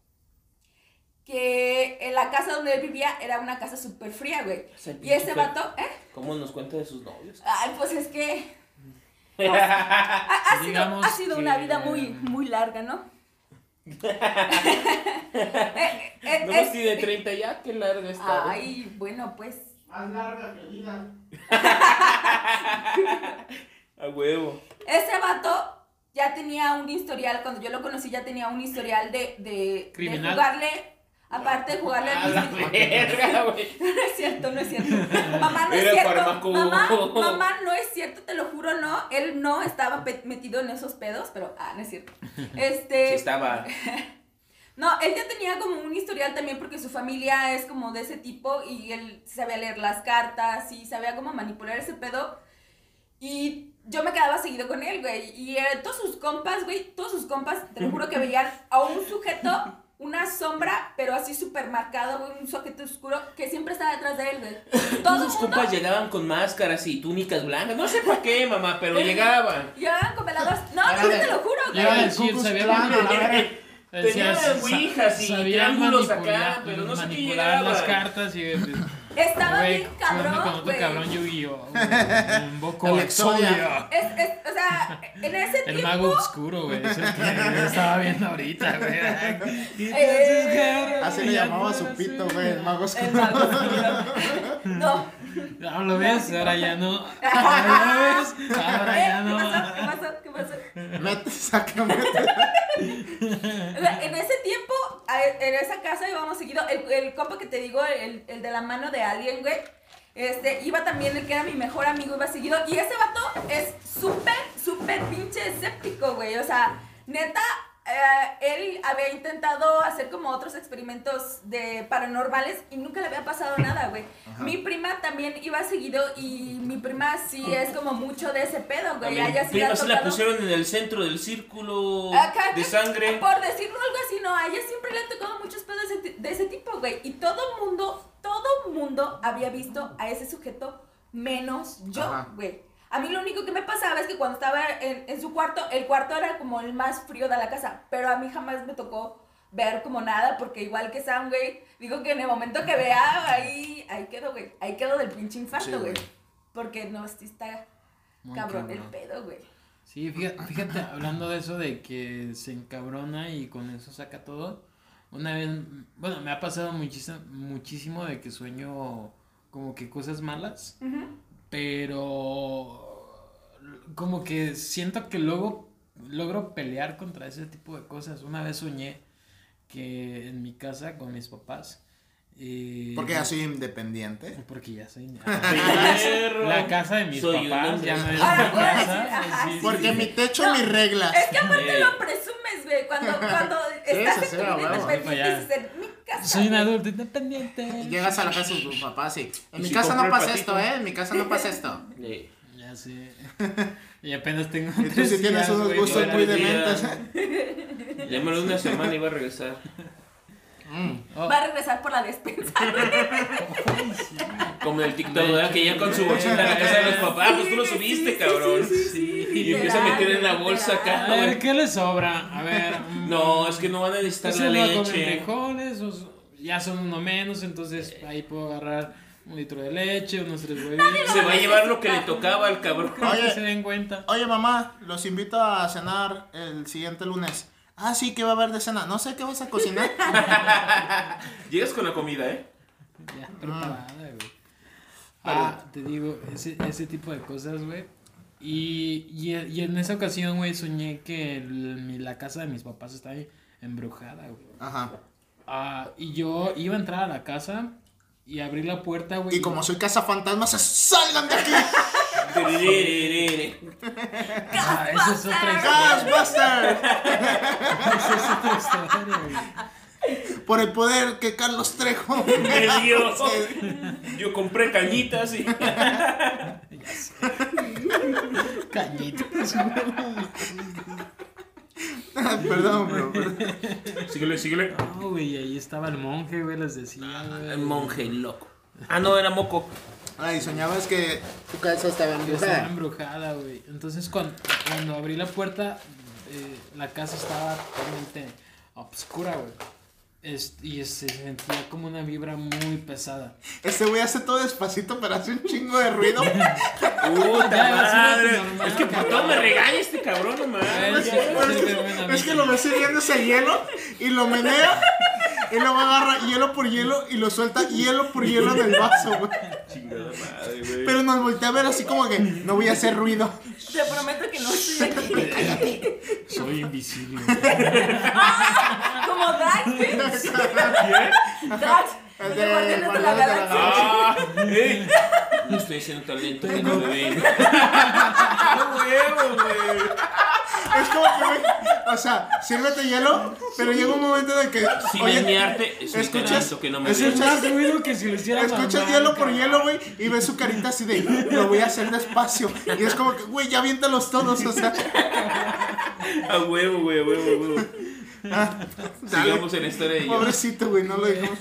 que en la casa donde él vivía era una casa súper fría, güey.
Ese
Y ese
pinche
vato, ¿eh?
¿Cómo nos cuenta de sus novios?
Ay, pues es que ha, ha sido,
Digamos
ha sido una
que-
vida muy, muy larga, ¿no? Eh, eh, eh,
No,
es-
si de treinta ya, qué larga está.
Ay, bueno, pues.
Más larga que vida.
A huevo.
Ese vato ya tenía un historial, cuando yo lo conocí ya tenía un historial de, de, de
Criminal.
jugarle, aparte de jugarle
A
al
la
mismo.
verga, güey.
No es cierto, no es cierto. Mamá, no es
Era
cierto.
fármaco.
Mamá, mamá, no es cierto, te lo juro, no. Él no estaba pe- metido en esos pedos, pero, ah, no es cierto. Este.
Sí estaba.
No, él ya tenía como un historial también porque su familia es como de ese tipo y él sabía leer las cartas y sabía cómo manipular ese pedo. Y yo me quedaba seguido con él, güey. Y eh, todos sus compas, güey, todos sus compas, te lo juro que veían a un sujeto, una sombra, pero así súper marcado, güey, un sujeto oscuro que siempre estaba detrás de él, güey. Todo
Todos
el
sus
mundo
compas llegaban con máscaras y túnicas blancas. No sé para qué, mamá, pero llegaban.
llegaban con veladoras. No,
Era
no,
de-
te lo juro,
Yo iba a
güey.
decir,
Ku Klux
sabía
Klan, a la
manipular.
verga.
Tenían
Decía,
ouijas y
sa- sabía
triángulos acá,
manipular-
pero no sé qué
manipular las
llegaban.
cartas y pues,
Estaba
güey,
bien
jugando con
cabrón,
otro
güey.
cabrón Yu-Gi-Oh! güey, Invoco
El
a
Exodia.
Exodia.
Es, es, o sea, en ese
El
tiempo.
mago oscuro, güey. Es el que estaba viendo ahorita, güey. ¿Qué te
Eh,
haces, cabrón?
Así le
Ya
llamaba a
no
su
lo
pito,
sé.
güey, el mago
El
oscuro.
mago oscuro. No.
Ah, ¿lo ves? Ahora ya no. ¿Ahora lo ves? Ahora
¿Eh?
ya
¿Qué
no.
pasó? ¿Qué pasó? ¿Qué pasó?
Mete, sácame.
O sea, en ese tiempo, a- en esa casa íbamos seguido. El, el compa que te digo, el, el de la mano de Alien, güey. Este, iba también el que era mi mejor amigo, iba seguido. Y ese vato es súper, súper pinche escéptico, güey. O sea, neta, eh, él había intentado hacer como otros experimentos de paranormales y nunca le había pasado nada, güey.
Ajá.
Mi prima también iba seguido y mi prima sí es como mucho de ese pedo, güey. A ella sí le ha
Prima se la
tocado-
pusieron en el centro del círculo
Acá,
de
que-
sangre.
Por decirlo algo así, no, a ella siempre le han tocado muchos pedos de ese, ti- de ese tipo, güey. Y todo mundo, todo mundo había visto a ese sujeto menos yo,
Ajá.
güey. A mí lo único que me pasaba es que cuando estaba en, en su cuarto, el cuarto era como el más frío de la casa. Pero a mí jamás me tocó ver como nada, porque igual que Sam, güey, digo que en el momento que vea, ahí, ahí quedo, güey. Ahí quedo del pinche
Sí,
infarto, güey.
güey.
Porque no, sí está
Muy
cabrón el
cabrón.
pedo, güey.
Sí, fíjate, fíjate, hablando de eso de que se encabrona y con eso saca todo. Una vez, bueno, me ha pasado muchísimo, muchísimo de que sueño como que cosas malas,
Ujú.
pero como que siento que luego logro pelear contra ese tipo de cosas. Una vez soñé que en mi casa con mis papás. eh,
Porque ya soy independiente.
Porque ya soy.
Perro.
La casa de mis
Soy un
papás
hombre.
ya no es
Ahora
mi
puedo decir,
casa.
ajá,
sí, sí,
Porque
sí.
mi techo,
No,
mis reglas.
Es que aparte
Eh.
lo presumes, güey. Cuando, cuando estás
sí, sí,
en tu
a
vida
huevo.
independiente,
Ya.
dices, en mi casa.
Soy un
güey".
adulto independiente.
Y llegas a la casa de tus papás y en
Y
mi
si
casa
compro
no
el
pasa
patito.
esto, ¿eh? En mi casa no pasa esto.
Eh,
Ya sé. Y apenas tengo
Y tú
tres
sí tienes
días,
unos
güey,
gustos
para-
muy
día.
dementes.
Ya me lo una semana y iba a regresar.
Mm.
Oh,
Va a regresar por la despensa.
Como el TikTok, ¿verdad? Que ya con su bolsita en la casa de los papás. Ah, pues tú lo
Sí,
subiste,
sí, sí,
cabrón.
sí, sí,
sí.
sí,
Y empieza a
literal,
meter en la bolsa
literal.
acá.
A ver, ¿qué le sobra? A ver. mm,
No, es que no van a necesitar
pues
la
uno come
leche.
frijoles, o s- ya son uno menos, entonces ahí puedo agarrar un litro de leche, unos tres huevitos.
Se va a llevar lo que le tocaba al cabrón.
Creo que
Oye.
se den cuenta.
Oye, mamá, los invito a cenar el siguiente lunes. Ah, sí, ¿qué va a haber de cena? No sé qué vas a cocinar.
Llegas con la comida, ¿eh?
Ya preparada, güey. Ah, te digo, ese, ese tipo de cosas, güey. Y, y, y en esa ocasión, güey, soñé que el- mi- la casa de mis papás estaba embrujada, güey.
Ajá.
Ah, y yo iba a entrar a la casa y abrí la puerta, güey.
Y como soy cazafantasmas, ¡salgan de aquí!
Tererere.
Ah, esa es otra historia.
¡Ghostbusters!
Esa es otra historia, güey.
Por el poder que Carlos Trejo
Me dio. Yo compré cañitas y.
Cañitas.
Perdón, bro. perdón.
Síguele, síguele.
No, güey, ahí estaba el monje, güey, les decía, güey.
El monje loco. Ah, no, era moco.
Ay, soñabas que tu casa estaba
Que estaba
embrujada.
embrujada, güey. Entonces, cuando, cuando abrí la puerta, eh, la casa estaba totalmente obscura, güey. Es- y se sentía como una vibra muy pesada.
Este güey hace todo despacito, pero hace un chingo de ruido.
Puta
Ya, ya, sí,
madre.
normal,
Es que por
cabrón.
todo me regaña este cabrón, nomás.
Es
Es, es, es que lo ves sirviendo ese hielo y lo menea y luego agarra hielo por hielo y lo suelta hielo por hielo en el vaso, güey.
Chingada madre, güey.
Pero nos voltea a ver así como que no voy a hacer ruido.
Te prometo que no estoy aquí.
Cállate. Soy invisible.
Como Dax, güey.
¿Quién?
Dax.
El
El
de
de Guardianes de la
Guardianes de la
Galaxia.
Ah, ey. No estoy haciendo talento que no me ven. ¡Qué huevo, güey!
Es como que, güey, o sea, sírvete hielo, pero llega un momento de que.
Sin
oye,
enviarte, es un
escuchas-
talento que no me
escuchas-
ven.
Más ruido que si lo hiciera
Escuchas
mamá,
hielo por
cabrón.
hielo, güey, y ves su carita así de, lo voy a hacer despacio. Y es como que, güey, ya aviéntalos todos, o sea.
A huevo, güey, a huevo, a huevo. Sigamos en la historia de yo.
Pobrecito, güey, no lo dejamos.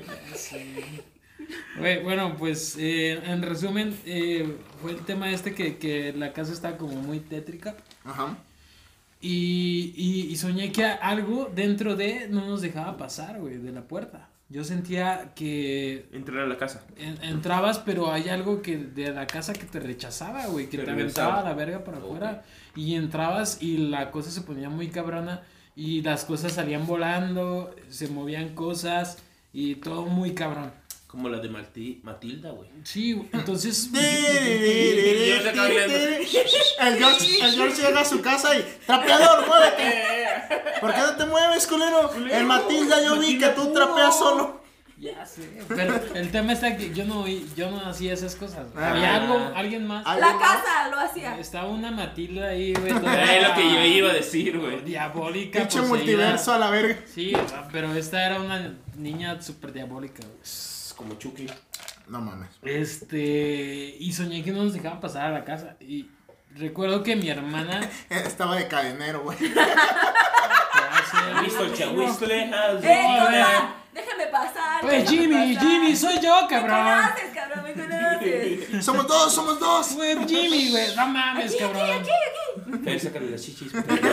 Güey, bueno, pues eh, en resumen, eh, fue el tema este que, que la casa estaba como muy tétrica.
Ajá.
Y, y, y soñé que algo dentro de no nos dejaba pasar, güey, de la puerta. Yo sentía que
Entrar a la casa.
en- entrabas, pero hay algo que de la casa que te rechazaba, güey, que
Te
te,
regresaba.
aventaba a la verga para afuera. Y entrabas y la cosa se ponía muy cabrona y las cosas salían volando, se movían cosas y todo muy cabrón.
Como la de Marti- Matilda, güey.
Sí, güey, entonces...
El
se acaba viendo.
George, el George llega a su casa y, trapeador, muévete. ¿Por qué no te mueves, culero? El Matilda, yo vi que tú trapeas solo.
Ya sé, pero el tema está que yo no yo no hacía esas cosas.
Ah.
Había algo, alguien más.
Ah.
La casa lo hacía.
Estaba una Matilda ahí, güey.
Es lo que yo iba a decir, güey.
Diabólica.
Pinche
poseída.
multiverso a la verga.
Sí, pero esta era una niña súper diabólica, güey.
Como Chucky.
No mames.
Este, y soñé que no nos dejaban pasar a la casa. Y recuerdo que mi hermana.
Estaba de cadenero, güey.
¿Has visto el chahuistle? ¿Has visto?
¡Eh, compa! Déjame pasar.
Pues
déjame
Jimmy,
pasar.
Jimmy, soy yo,
Me
cabrón.
conoces, cabrón, me conoces.
Somos dos, somos dos.
Güey, Jimmy, güey, no mames,
Aquí, aquí,
cabrón.
aquí, aquí.
Él sácale las chichis.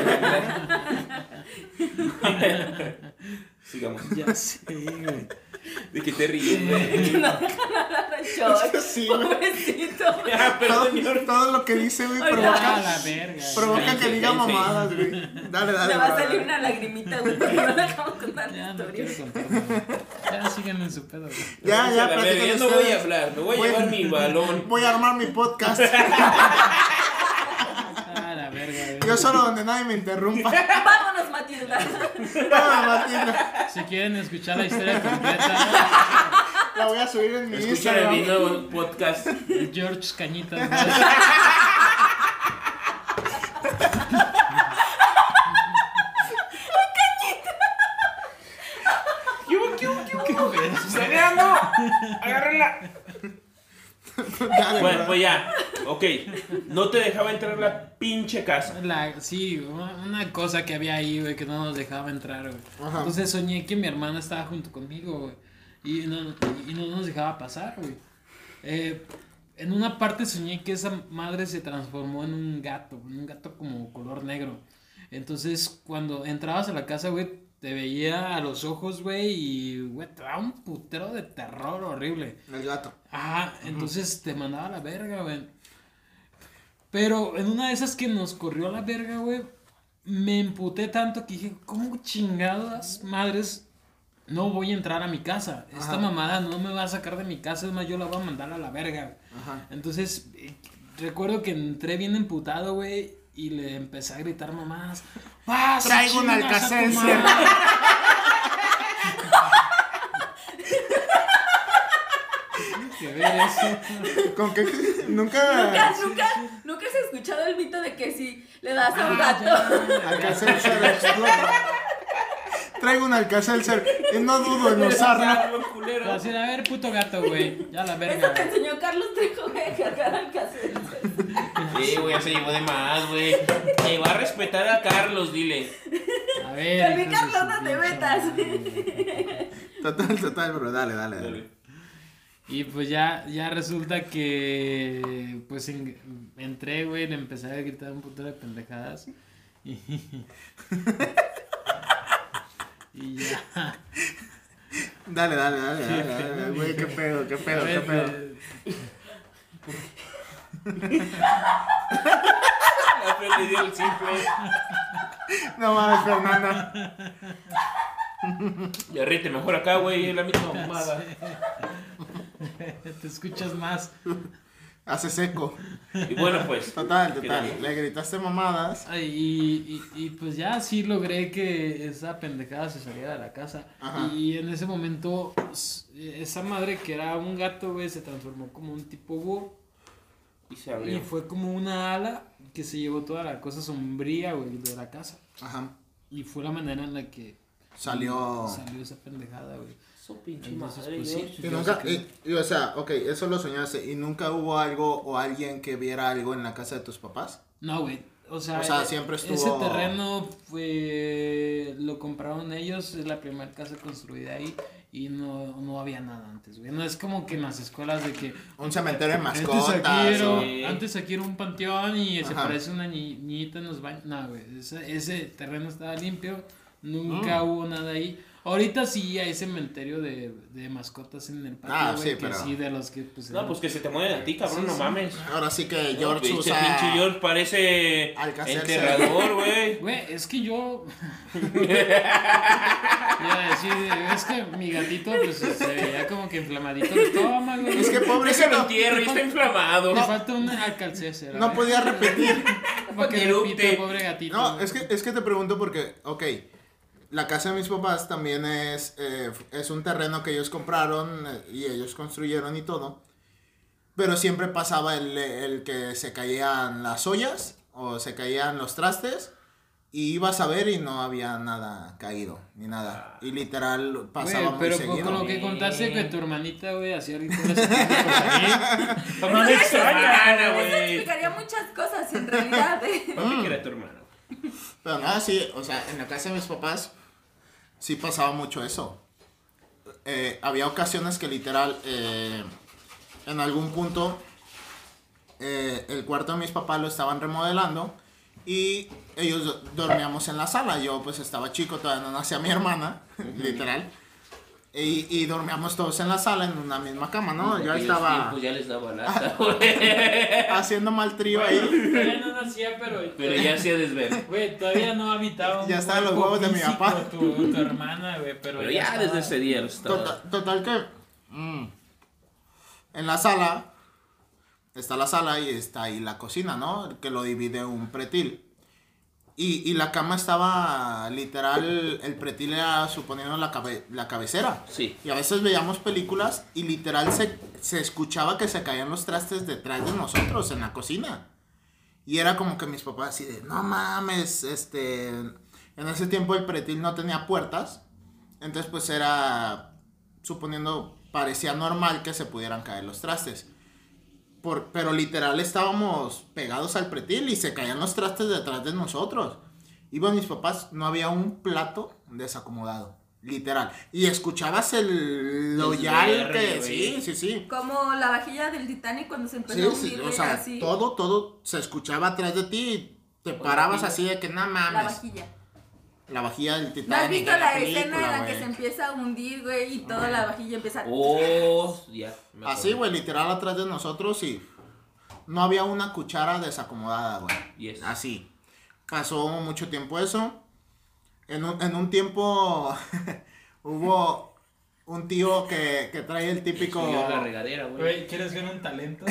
Sigamos.
Ya sé, güey.
¿De qué te ríes, güey?
No, George,
Sí, güey.
pobrecito.
Ah,
Todo,
perdón, señor.
todo lo que dice, güey,
Oiga.
Ah,
provoca,
la verga.
provoca
Sí,
que
sí,
diga
sí.
mamadas, güey. Dale, dale.
Le va a
bro,
salir
dale.
una lagrimita, güey, porque no dejamos contar la
Ya no
historia.
quiero contar nada. Ya síganme en su pedo, güey.
Ya,
A
ya,
la verga,
platiquen
yo no voy a
ustedes.
hablar, me voy a
Voy-
llevar mi balón.
Voy a armar mi podcast.
Ah, la verga, güey.
Yo solo donde nadie me interrumpa.
Vámonos, Matilda.
Vamos, Matilda.
Si quieren escuchar la historia completa,
La voy a subir en mi
Escuchar
Instagram.
mi nuevo podcast.
George Cañitas, güey.
¿Qué hubo, qué hubo, qué hubo?
¿Qué pedo?
¡Saneando! ¡Agárrenla!
Dale,
Bueno,
bro.
pues ya. Ok. No te dejaba entrar a la pinche casa.
La, sí, una una cosa que había ahí, güey, que no nos dejaba entrar, güey.
Ajá.
Entonces soñé que mi hermana estaba junto conmigo, güey. Y no, y no nos dejaba pasar, güey. Eh, en una parte soñé que esa madre se transformó en un gato, en un gato como color negro. Entonces, cuando entrabas a la casa, güey, te veía a los ojos, güey, y, güey, te daba un putero de terror horrible.
El gato.
Ah, entonces te mandaba a la verga, güey. Pero en una de esas que nos corrió a la verga, güey, me emputé tanto que dije, ¿cómo chingadas madres no voy a entrar a mi casa? Esta
Ajá.
mamada no me va a sacar de mi casa, es más, yo la voy a mandar a la verga.
Ajá.
Entonces, eh, recuerdo que entré bien emputado, güey, y le empecé a gritar mamás. ¡Vas!
Traigo un
chingas a tu
Alka-Seltzer.
madre". Que ver eso.
Con que nunca.
Nunca, nunca, nunca has escuchado el mito de que si le das a un
Ah,
gato.
ya.
Alka-Seltzer explota. Traigo un Alka-Seltzer y no dudo en usarlo.
Culero.
Así, a ver, puto gato, güey. Ya la
Eso
verga.
te enseñó Carlos Trejo, güey, a cargar al cassette.
Sí, güey, ya se llevó de más, güey. Te va a respetar a Carlos, dile.
A ver.
También,
hijos de
Carlos,
su
no te
pinche
metas.
madre.
Total, total, bro. Dale, dale, dale.
Y pues ya, ya resulta que pues en- entré, güey, le empecé a gritar un puto de pendejadas. Y, y ya.
Dale, dale, dale, dale, dale, güey, qué pedo, qué pedo,
A
qué
ver,
pedo.
eh,
La Fer le dio el simple.
No mames, Fernanda.
Ya ríete mejor acá, güey, es la misma mamada.
Te escuchas más.
Hace seco.
Y bueno, pues.
Total, total. Le gritaste mamadas.
Ay, y, y, y pues ya sí logré que esa pendejada se saliera de la casa.
Ajá.
Y en ese momento, s- esa madre que era un gato, güey, se transformó como un tipo búho.
Y se
Y
abrió.
fue como una ala que se llevó toda la cosa sombría, güey, de la casa.
Ajá.
Y fue la manera en la que
Salió.
salió esa pendejada, güey.
Su pinche
Entonces,
madre,
pues,
George.
sí.
Y
Yo
nunca,
sé que-
y, y, o sea, ok, eso lo soñaste. ¿Y nunca hubo algo o alguien que viera algo en la casa de tus papás?
No, güey. O sea,
O sea,
eh,
siempre estuvo-
ese terreno fue, lo compraron ellos, es la primera casa construida ahí y no, no había nada antes, güey. No es como que en las escuelas de que
Un cementerio de
antes
mascotas.
aquí, era,
o-
sí.
antes aquí era un panteón y se
Ajá.
parece una ni- niñita en los baños. No, güey, ese, ese terreno estaba limpio, nunca
Mm.
hubo nada ahí. Ahorita sí hay cementerio de, de mascotas en el patio,
Ah,
güey,
sí,
que
pero-
sí, de los que pues...
No, pues que se te mueren a ti, cabrón,
Sí,
no
sí.
mames.
Ahora sí que
No,
George
pinche
usa.
pinche George parece
Alcacerse.
enterrador, güey.
Güey, es que yo. Iba a decir, es que mi gatito, pues se veía como que inflamadito el estómago.
Es que
Déjalo
pobrecito.
entierro y está inflamado.
Le falta un alcalcéser.
No podía repetir.
Para que
Erupte.
repite, pobre gatito.
No, es que, es que te pregunto porque, ok, la casa de mis papás también es, eh, es un terreno que ellos compraron eh, y ellos construyeron y todo. Pero siempre pasaba el, el que se caían las ollas o se caían los trastes y ibas a ver y no había nada caído ni nada. Y literal pasaba
Güey,
muy
pero con,
seguido.
con lo que contaste que tu hermanita, güey, hacía rituales satánicos ahí.
No me extraña,
Eso
güey.
explicaría muchas cosas en realidad, ¿eh?
Papi que era tu hermano.
Pero nada, sí, o sea, en la casa de mis papás sí pasaba mucho eso. Eh, había ocasiones que literal, eh, en algún punto, eh, el cuarto de mis papás lo estaban remodelando y ellos do- dormíamos en la sala. Yo pues estaba chico, todavía no nacía mi hermana, literal. Y, y dormíamos todos en la sala en una misma cama, ¿no? Yo ahí
Aquellos
estaba
tiempos ya les daba lata, güey.
haciendo mal trío ahí.
Todavía no nacía, pero.
Pero ya hacía desver.
Güey, todavía no habitaba un
Ya estaban los
cuerpo
huevos de mi
físico
papá.
Tu, tu hermana, güey, pero,
Pero ya
estaba-
desde ese día lo estaba.
Total, total que mm, en la sala está la sala y está ahí la cocina, ¿no? Que lo divide un pretil. Y, y la cama estaba literal, el pretil era suponiendo la, cabe- la cabecera.
Sí.
Y a veces veíamos películas y literal se, se escuchaba que se caían los trastes detrás de nosotros en la cocina. Y era como que mis papás así de, no mames, este... En ese tiempo el pretil no tenía puertas. Entonces pues era, suponiendo, parecía normal que se pudieran caer los trastes. Por, pero literal estábamos pegados al pretil y se caían los trastes detrás de nosotros. Iban mis papás, no había un plato desacomodado. Literal. Y escuchabas el loyal
Desvergue,
que...
güey.
Sí, sí, sí.
Como la vajilla del Titanic cuando se empezó
Sí,
a hundir,
sí, o
güey,
sea,
así.
todo, todo se escuchaba atrás de ti y te
Con
parabas
la
así de que no
La
mames.
vajilla.
La vajilla del
¿No
Titanic.
has visto
de
la escena
película,
en la
güey.
que se empieza a hundir, güey, y toda la vajilla empieza a...
Oh, ya. me
Así,
acordé.
güey, literal atrás de nosotros y no había una cuchara desacomodada, güey.
Yes.
Así. Pasó mucho tiempo eso. En un, en un tiempo hubo un tío que, que trae el típico...
Subió a la regadera, güey.
Güey, ¿quieres ver un talento?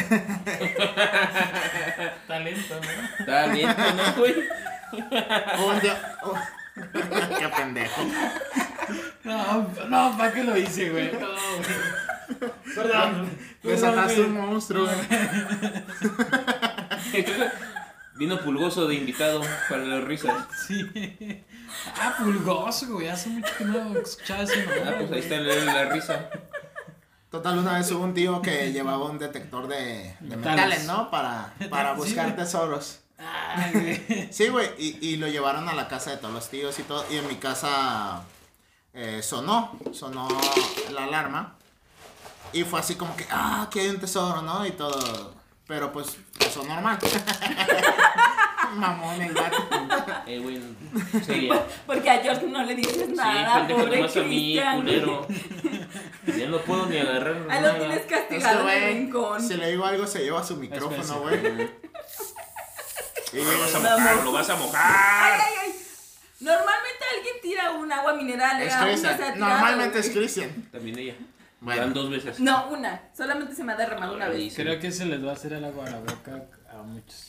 Talento, ¿no?
Está bien, ¿no, güey?
un día- oh, Qué pendejo.
No, no, ¿para qué lo hice, güey? No, güey. Perdón.
Le sacaste un monstruo, güey.
Vino Pulgoso de invitado para las risas.
Sí. Ah, Pulgoso, güey. Hace mucho que no escuchaba ese nombre.
Ah, pues ahí
güey.
está la, la risa.
Total, una vez hubo un tío que llevaba un detector de, de
Metales.
metales, ¿no? Para, para
Sí,
buscar
güey.
tesoros.
Ay, güey.
Sí, güey, y, y lo llevaron a la casa de todos los tíos y todo. Y en mi casa eh, sonó, sonó la alarma. Y fue así como que, ah, aquí hay un tesoro, ¿no? Y todo. Pero pues pasó normal. Mamón el gato.
Eh, güey, sería.
Porque a George no le dices
Sí,
nada,
pendejo,
pobre
nomás a mí,
Cristian.
culero. Ya no puedo ni agarrar
Ahí lo
nada.
tienes
Es que,
castigado en el
güey,
rincón.
si le digo algo, se lleva su micrófono,
Espérese.
güey. Y
Lo vas a
luego-
mojar, lo vas a mojar.
Ay, ay, ay. Normalmente alguien tira un agua mineral.
Es
¿eh? Aún no se ha
Cristian.
tirado,
Normalmente
güey.
es Cristian.
También ella.
Bueno.
Van dos veces.
No, una. Solamente se me ha derramado una vez.
Creo que se les va a hacer el agua a la boca a muchos.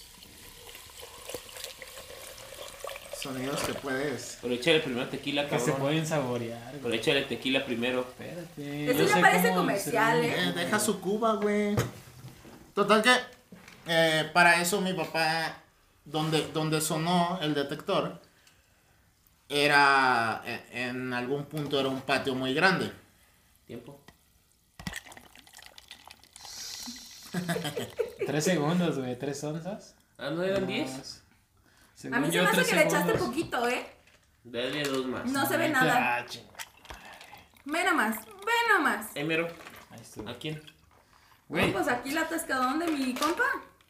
Sonidos que puedes.
Pero échale primero tequila,
Que se
cabrón.
pueden saborear,
Pero
güey.
échale tequila primero.
Espérate.
Eso
yo
ya
sé
parece
cómo
comercial,
se-
¿eh?
Eh, deja su cuba, güey. Total que eh, para eso mi papá, donde, donde sonó el detector, era en, en algún punto era un patio muy grande.
Tiempo.
Tres segundos, güey. Tres onzas.
Ah, ¿no eran diez?
Más.
A
Según
mí se
yo,
me hace
tres
que le echaste
segundos.
poquito, ¿eh?
Dale dos más.
No se ve
Neta,
nada.
ah, chingada.
Ve nomás, ve nomás.
Emero,
Ahí estuvo.
¿a quién?
Güey.
Pues aquí la atascadón de mi compa.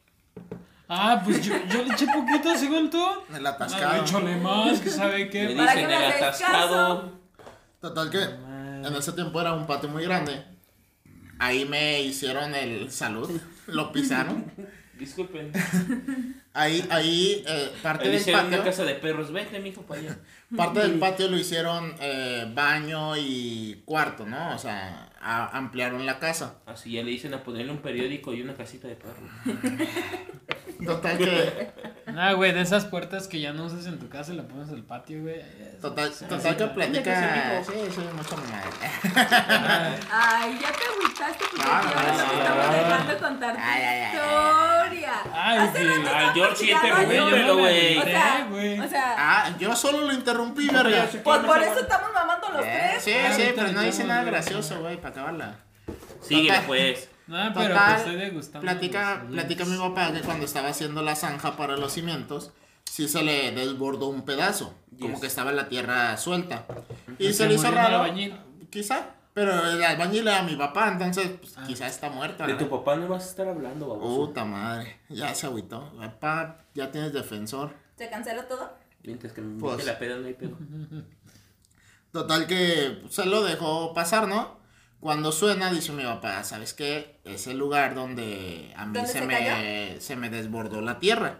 Ah, pues yo, yo le eché poquito, según tú.
El
Ah,
atascado.
échale más, que sabe
Me
qué.
Para
dicen
que me
el
haces
atascado.
Total que en ese tiempo era un patio muy grande. Ahí me hicieron el salud, lo pisaron.
Disculpen.
Ahí, ahí eh, parte
Ahí
del
hicieron una
patio,
casa de perros. Vete, mijo, para allá.
parte del patio lo hicieron eh, baño y cuarto, ¿no? O sea, a- ampliaron la casa.
Así ya le dicen a ponerle un periódico y una casita de perros.
Total que,
Ah, güey, de esas puertas que ya no usas en tu casa y la pones en el patio, güey.
total,
Sí,
total que
sí.
platica. Sí, sí, mucho madre.
Ay, ya te agüitaste porque
No, no,
ya no,
no,
te
no,
estamos
no.
dejando contar tu
Ay, ay, ay.
historia.
Ay,
Hace
güey.
rato
Al
estábamos
George
tirando a
interrúmpelo,
George.
güey.
O sea,
Eh, güey.
o sea,
Ah, yo solo lo interrumpí, verga.
pues por eso estamos mamando los
Eh,
tres.
sí,
Ah,
sí,
ahorita
pero no
le
dice
echamos,
nada
güey.
gracioso, güey, para acabarla.
Síguele,
Total.
pues.
No, pero
Total,
pues estoy degustando.
platica,
los-
platica mi papá que cuando estaba haciendo la zanja para los cimientos, sí se le desbordó un pedazo, como
Yes.
que estaba la tierra suelta. Y
Se
se le hizo
murió el
raro,
albañil.
quizá, pero el albañil era mi papá, entonces pues,
Ah.
quizá está muerta.
De
¿no?
tu papá no vas a estar hablando, baboso.
Puta madre, ya se agüitó. Papá, ya tienes defensor.
¿Se canceló todo?
Mientras que me
Pues.
mete la peda no hay pedo.
Total que se lo dejó pasar, ¿no? Cuando suena, dice mi papá, ¿sabes qué? Es el lugar donde a mí
¿Dónde
se,
se
me, se me desbordó la tierra.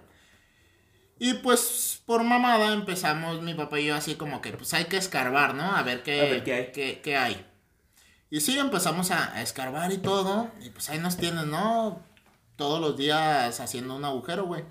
Y pues por mamada empezamos mi papá y yo así como que pues hay que escarbar, ¿no? A ver qué,
A ver qué hay.
qué, qué hay. Y sí, empezamos a, a escarbar y todo. Y pues ahí nos tienes, ¿no? Todos los días haciendo un agujero, güey.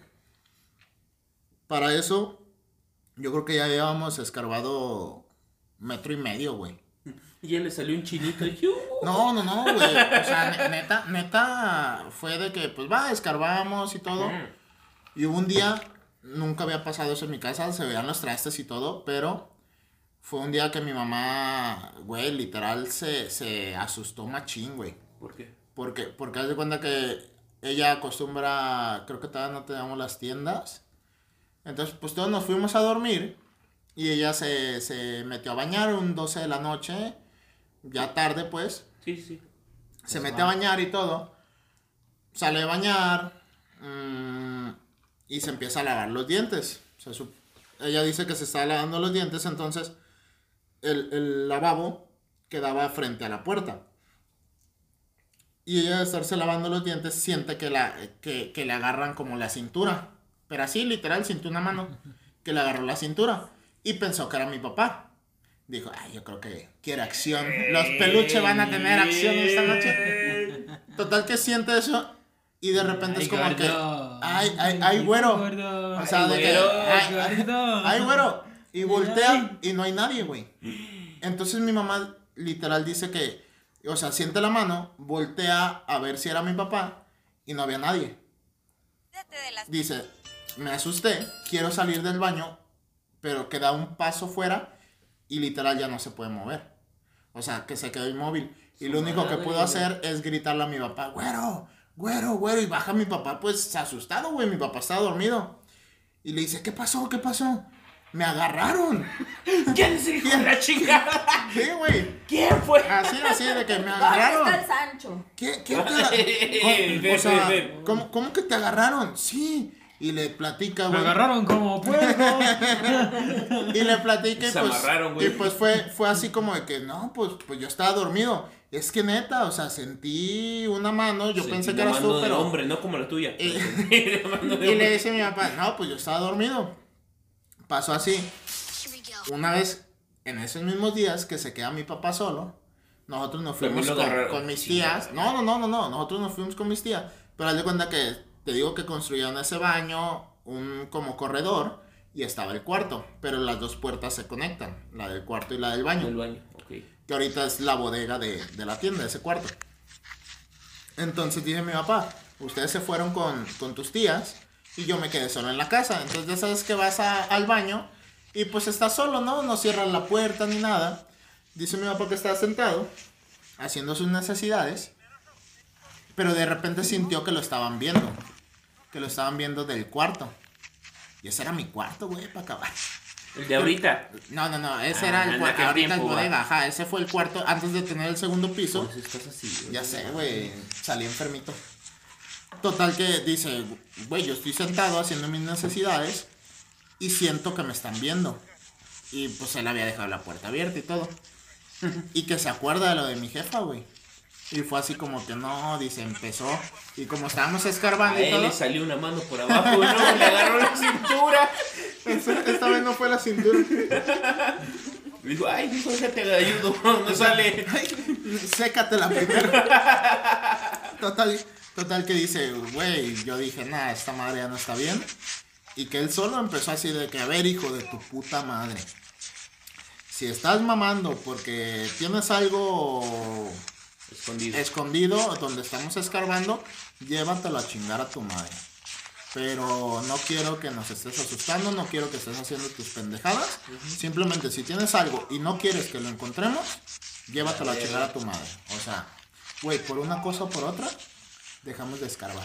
Para eso, yo creo que ya habíamos escarbado metro y medio, güey.
Y él le salió un chinito y ¡yu!
No, no, no, güey. O sea, ne- neta, neta fue de que, pues va, escarbamos y todo.
Mm.
Y hubo un día, nunca había pasado eso en mi casa, se veían los trastes y todo, pero fue un día que mi mamá, güey, literal se, se asustó machín, güey.
¿Por qué?
Porque, porque haz de cuenta que ella acostumbra, creo que todavía no teníamos las tiendas. Entonces, pues todos nos fuimos a dormir y ella se, se metió a bañar un doce de la noche, ya tarde pues.
Sí, sí, sí.
Se mete a bañar y todo. Sale a bañar. mmm, y se empieza a lavar los dientes. O sea, su- ella dice que se está lavando los dientes. Entonces, el, el lavabo quedaba frente a la puerta. Y ella de estarse lavando los dientes siente que, la, que, que le agarran como la cintura. Pero así, literal, sintió una mano que le agarró la cintura. Y pensó que era mi papá. Dijo, ay, yo creo que quiere acción. Los peluches van a tener acción esta noche. Total que siente eso. Y de repente
Ay,
es como
gordo.
que, ay, ay, ay, güero.
Gordo.
O sea, de que,
güero,
ay, ay,
gordo.
ay, güero. Y voltea
Ay.
y no hay nadie, güey. Entonces mi mamá literal dice que, o sea, siente la mano, voltea a ver si era mi papá y no había nadie. Dice, me asusté, quiero salir del baño, pero queda un paso fuera y literal ya no se puede mover. O sea, que se quedó inmóvil. Y lo único que puedo hacer es gritarle a mi papá, güero, güero, güero. Y baja mi papá, pues asustado, güey. Mi papá estaba dormido. Y le dice, ¿qué pasó? ¿Qué pasó? Me agarraron.
¿Quién se hijo de la chingada?
Sí, güey.
¿Quién fue?
Así, así, de que me
¿Dónde
agarraron.
está el Sancho?
¿Qué, qué te ¿Cómo, o sea, ¿cómo, ¿cómo que te agarraron? Sí. Y le platica,
Me
güey.
agarraron como puerco.
Y le platica y
Se
pues,
amarraron, güey.
y pues fue, fue así como de que, no, pues, pues yo estaba dormido. Es que neta, o sea, sentí una mano, yo
Sí,
pensé
la
que eras
mano
tú,
del
pero...
hombre, no como la tuya.
Y,
La mano de
y le
hombre.
dice a mi papá, no, pues yo estaba dormido. Pasó así. una vez, en esos mismos días que se queda mi papá solo, nosotros nos fuimos con, con mis tías. No, no, no, no, no, nosotros nos fuimos con mis tías. Pero haz de cuenta que, te digo que construyeron ese baño, un como corredor, y estaba el cuarto. Pero las dos puertas se conectan, la del cuarto y la del baño.
El baño, ok.
Que ahorita es la bodega de, de la tienda, ese cuarto. Entonces dije mi papá, ustedes se fueron con, con tus tías y yo me quedé solo en la casa. Entonces ya sabes que vas a, al baño y pues estás solo, ¿no? No cierras la puerta ni nada. Dice mi papá que estaba sentado haciendo sus necesidades, pero de repente sintió que lo estaban viendo, que lo estaban viendo del cuarto. Y ese era mi cuarto, güey, para acabar.
¿El de ahorita?
No, no, no, ese
Ah,
era el
en
cuarto,
aquel
ahorita
tiempo,
es bodega,
va.
ajá, ese fue el cuarto antes de tener el segundo piso.
Pues estás así, güey.
Ya sé, güey, salí enfermito. Total que dice, güey, yo estoy sentado haciendo mis necesidades y siento que me están viendo. Y pues él había dejado la puerta abierta y todo. Y que se acuerda de lo de mi jefa, güey. Y fue así como que no, dice, empezó. Y como estábamos escarbando
A
y
él
todo.
le salió una mano por abajo, ¿no? Le agarró la cintura.
Esta, esta vez no fue la cintura.
Dijo, ay, dijo, déjate le ayudo, no sale.
Ay, sécatela primero. Total, total que dice, güey, yo dije, nah, esta madre ya no está bien. Y que él solo empezó así de que, a ver, hijo de tu puta madre. Si estás mamando porque tienes algo
Escondido.
escondido donde estamos escarbando, llévatelo a chingar a tu madre. Pero no quiero que nos estés asustando, no quiero que estés haciendo tus pendejadas. Uh-huh. Simplemente si tienes algo y no quieres que lo encontremos, llévatelo a chingar a tu madre. O sea, güey, por una cosa o por otra, dejamos de escarbar.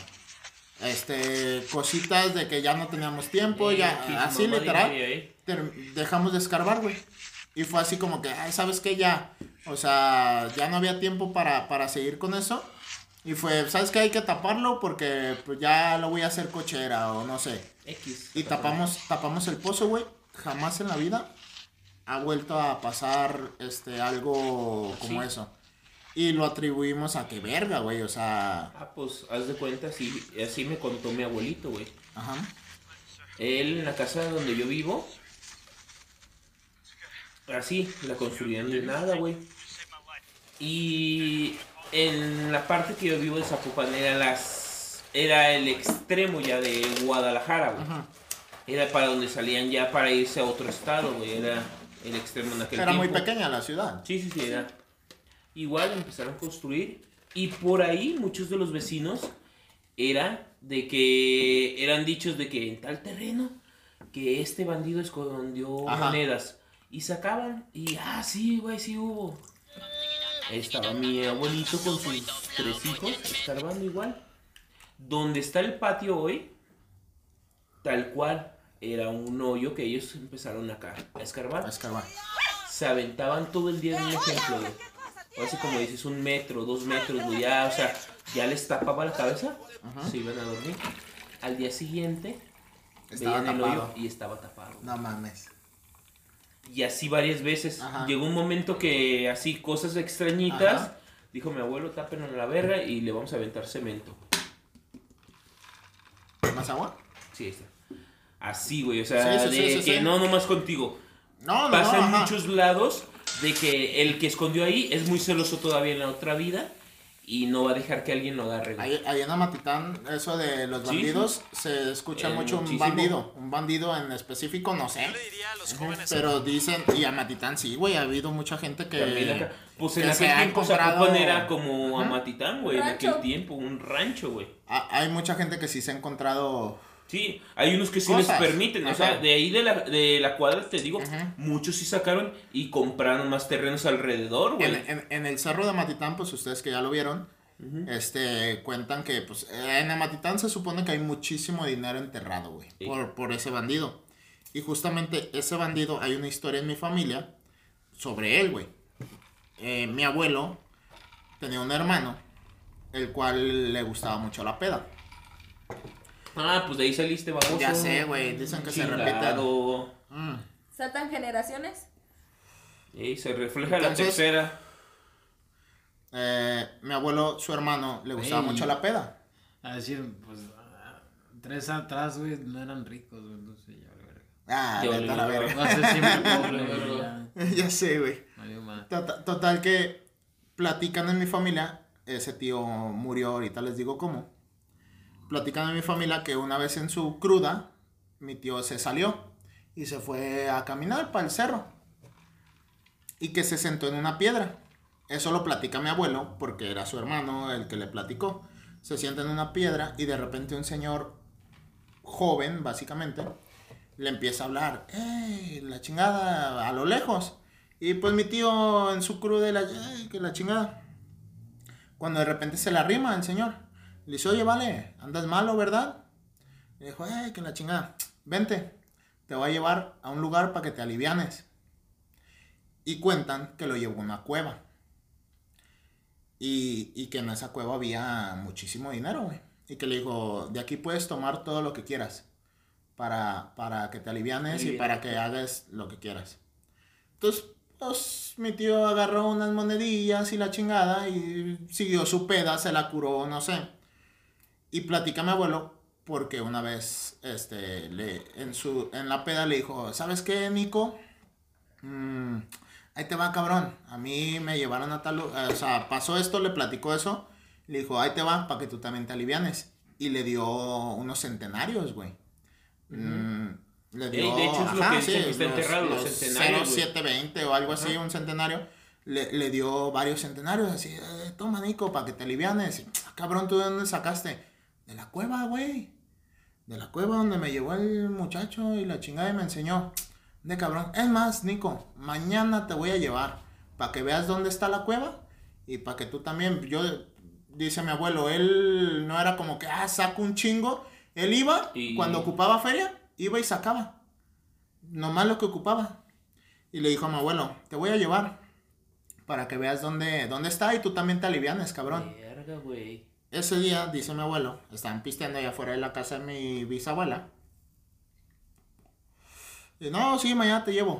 Este, cositas de que ya no teníamos tiempo,
Eh,
ya,
sí,
así
mamá,
literal,
dime, eh.
ter- dejamos de escarbar, güey. Y fue así como que, ay, ¿sabes qué? Ya, o sea, ya no había tiempo para, para seguir con eso. Y fue, ¿sabes qué? Hay que taparlo porque pues ya lo voy a hacer cochera o no sé.
X.
Y tapamos, tapamos el pozo, güey. Jamás en la vida ha vuelto a pasar este algo como
Sí.
eso. Y lo atribuimos a que verga, güey, o sea...
Ah, pues, haz de cuenta, así, así me contó mi abuelito, güey.
Ajá.
Él, en la casa donde yo vivo, así, la construían de nada, güey. Y en la parte que yo vivo de Zapopan era, las, era el extremo ya de Guadalajara, güey.
Ajá.
Era para donde salían ya para irse a otro estado, güey. Era el extremo en aquel
Era
tiempo.
muy pequeña la ciudad.
Sí, sí, sí, era. Igual empezaron a construir y por ahí muchos de los vecinos era de que eran dichos de que en tal terreno que este bandido escondió
Ajá.
monedas y sacaban y ah sí güey sí hubo. Estaba mi abuelito con sus tres hijos escarbando igual. Donde está el patio hoy, tal cual era un hoyo que ellos empezaron acá a escarbar.
A escarbar.
Se aventaban todo el día en un ejemplo, güey. Así como dices, un metro, dos metros, güey, ya, o sea, ya les tapaba la cabeza,
Ajá.
se iban a dormir. Al día siguiente,
Estaba
veían el
tapado.
hoyo y estaba tapado.
No mames.
Y así varias veces.
Ajá.
Llegó un momento que así, cosas extrañitas,
Ajá.
dijo mi abuelo, tápenlo en la verga y le vamos a aventar cemento.
¿Más agua?
Sí, ahí está. Así, güey, o sea,
Sí, sí,
de
sí, sí,
que
sí.
no nomás contigo.
No, no,
Pasa
no,
en
ajá.
muchos lados de que el que escondió ahí es muy celoso todavía en la otra vida y no va a dejar que alguien lo agarre, güey.
Ahí, ahí en Amatitán, eso de los
Sí,
bandidos, se escucha
Eh,
mucho
muchísimo.
un bandido. Un bandido en específico, no sé.
Yo le diría a los jóvenes
Pero dicen, y Amatitán sí, güey, ha habido mucha gente
También acá.
que...
Pues en
que
aquel
se ha
tiempo
encontrado-
Zapopan era como
Ajá.
Amatitán, güey, en
Rancho.
aquel tiempo, un rancho, güey.
ha- Hay mucha gente que sí se ha encontrado...
Sí, hay unos que sí
Cosas.
les permiten, o
Ajá.
sea, de ahí de la, de la cuadra, te digo,
Ajá.
muchos sí sacaron y compraron más terrenos alrededor, güey.
En, en- en el cerro de Amatitán, pues ustedes que ya lo vieron,
Ujú.
este, cuentan que, pues, en Amatitán se supone que hay muchísimo dinero enterrado, güey,
Sí.
por, por ese bandido. Y justamente ese bandido, hay una historia en mi familia sobre él, güey. Eh, mi abuelo tenía un hermano, el cual le gustaba mucho la peda.
Ah, pues de ahí saliste baboso.
Ya sé, güey, dicen que se repite.
Chingado.
Mm.
¿Saltan generaciones?
Y se refleja la
Entonces-
tercera.
Eh, mi abuelo, su hermano, le gustaba
Güey.
mucho la peda.
A decir, pues, ah, tres atrás, güey, no eran ricos, güey, no sé, ya, la verga.
Ah,
Ya
vete a
valió
la
verga.
verga.
Va a ser siempre
Valió
pobre, güey.
verga.
ya.
Ya sé, güey.
Valió madre.
Total, total que platican en mi familia, ese tío murió, ahorita les digo cómo. Platican en mi familia que una vez en su cruda, mi tío se salió y se fue a caminar para el cerro. Y que se sentó en una piedra. Eso lo platica mi abuelo, porque era su hermano el que le platicó. Se sienta en una piedra y de repente un señor joven, básicamente, le empieza a hablar. ¡Ey, la chingada! A lo lejos. Y pues mi tío en su cruda, la, ¡ey, que la chingada! Cuando de repente se le arrima el señor. Le dice, oye, vale, andas malo, ¿verdad? Le dijo, ¡ey, que la chingada! Vente, te voy a llevar a un lugar para que te alivianes. Y cuentan que lo llevó a una cueva. Y, y que en esa cueva había muchísimo dinero, güey. Y que le dijo, de aquí puedes tomar todo lo que quieras. Para, para que te alivianes
Muy
y
bien.
para que hagas lo que quieras. Entonces, pues, mi tío agarró unas monedillas y la chingada. Y siguió su peda, se la curó, no sé. Y platica mi abuelo. Porque una vez, este, le, en, su, en la peda le dijo, ¿sabes qué, Nico? Mm, ahí te va, cabrón. A mí me llevaron a tal lugar. O sea, pasó esto, le platicó eso. Le dijo, ahí te va, para que tú también te alivianes. Y le dio unos centenarios, güey. Mm, le dio.
Ey, de hecho, es lo que dicen que está enterrado, los centenarios, güey.
cero siete veinte o algo así, un centenario. Le, le dio varios centenarios, así, eh, toma, Nico, para que te alivianes. Y, "Ah, cabrón, ¿tú de dónde sacaste? De la cueva, güey. De la cueva donde me llevó el muchacho y la chingada y me enseñó. De cabrón. Es más, Nico, mañana te voy a llevar para que veas dónde está la cueva y para que tú también. Yo, dice mi abuelo, él no era como que, ah, saco un chingo. Él iba,
Y-
cuando ocupaba feria, iba y sacaba. Nomás lo que ocupaba. Y le dijo a mi abuelo, te voy a llevar para que veas dónde, dónde está y tú también te alivianes, cabrón.
Verga, güey.
Ese día, dice mi abuelo, estaban pisteando allá afuera de la casa de mi bisabuela. Y no, sí, mañana te llevo.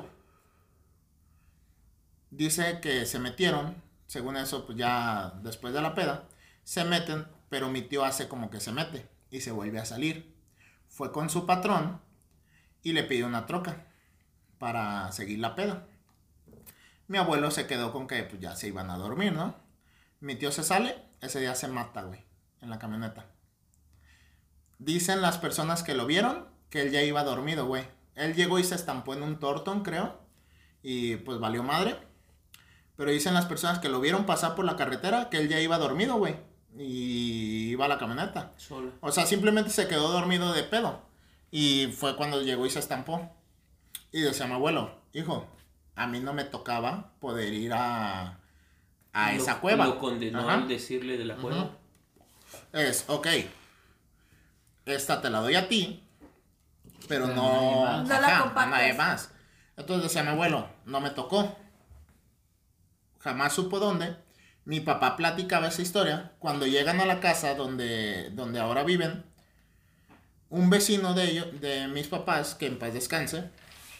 Dice que se metieron, según eso, pues ya después de la peda, se meten, pero mi tío hace como que se mete y se vuelve a salir. Fue con su patrón y le pidió una troca para seguir la peda. Mi abuelo se quedó con que pues ya se iban a dormir, ¿no? Mi tío se sale, ese día se mata, güey, en la camioneta. Dicen las personas que lo vieron que él ya iba dormido, güey. Él llegó y se estampó en un Torton, creo, y pues valió madre. Pero dicen las personas que lo vieron pasar por la carretera que él ya iba dormido, güey, y iba a la camioneta.
Solo.
O sea, simplemente se quedó dormido de pedo. Y fue cuando llegó y se estampó. Y decía mi abuelo, hijo, a mí no me tocaba poder ir a, a
Lo-
esa cueva.
Lo condenó
Ajá.
al decirle de la cueva.
Ujú. Es, ok, esta te la doy a ti, pero
Pero
no,
nadie más.
No la
ajá, a
compartes.
nadie más. Entonces decía mi abuelo, no me tocó. Jamás supo dónde. Mi papá platicaba esa historia. Cuando llegan a la casa donde, donde ahora viven, un vecino de ellos, de mis papás, que en paz descanse,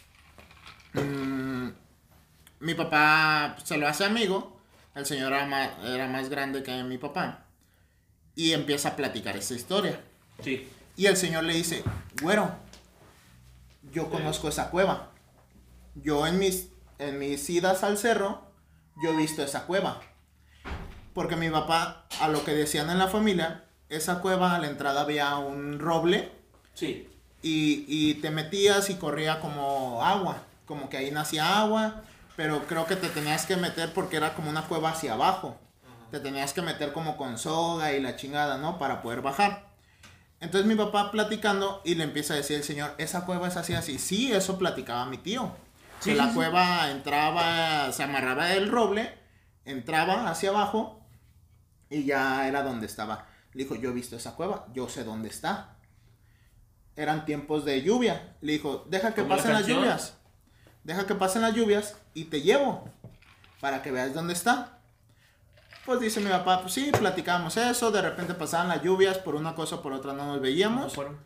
mm, mi papá se lo hace amigo. El señor era más, era más grande que mi papá. Y empieza a platicar esa historia.
Sí.
Y el señor le dice, güero, yo conozco esa cueva. Yo en mis, en mis idas al cerro, yo he visto esa cueva. Porque mi papá, a lo que decían en la familia, esa cueva a la entrada había un roble
Sí.
y, y te metías y corría como agua. Como que ahí nacía agua, pero creo que te tenías que meter porque era como una cueva hacia abajo. Te tenías que meter como con soga y la chingada, ¿no? Para poder bajar. Entonces mi papá platicando y le empieza a decir el señor, esa cueva es así, así. Sí, eso platicaba mi tío.
Sí,
que la
sí, sí.
cueva entraba, se amarraba del roble, entraba hacia abajo y ya era donde estaba. Le dijo, yo he visto esa cueva, yo sé dónde está. Eran tiempos de lluvia. Le dijo, deja que
¿Como la
pasen las
canción?
lluvias. Deja que pasen las lluvias y te llevo para que veas dónde está. Pues dice mi papá, pues sí, platicábamos eso, de repente pasaban las lluvias, por una cosa o por otra no nos veíamos.
fueron?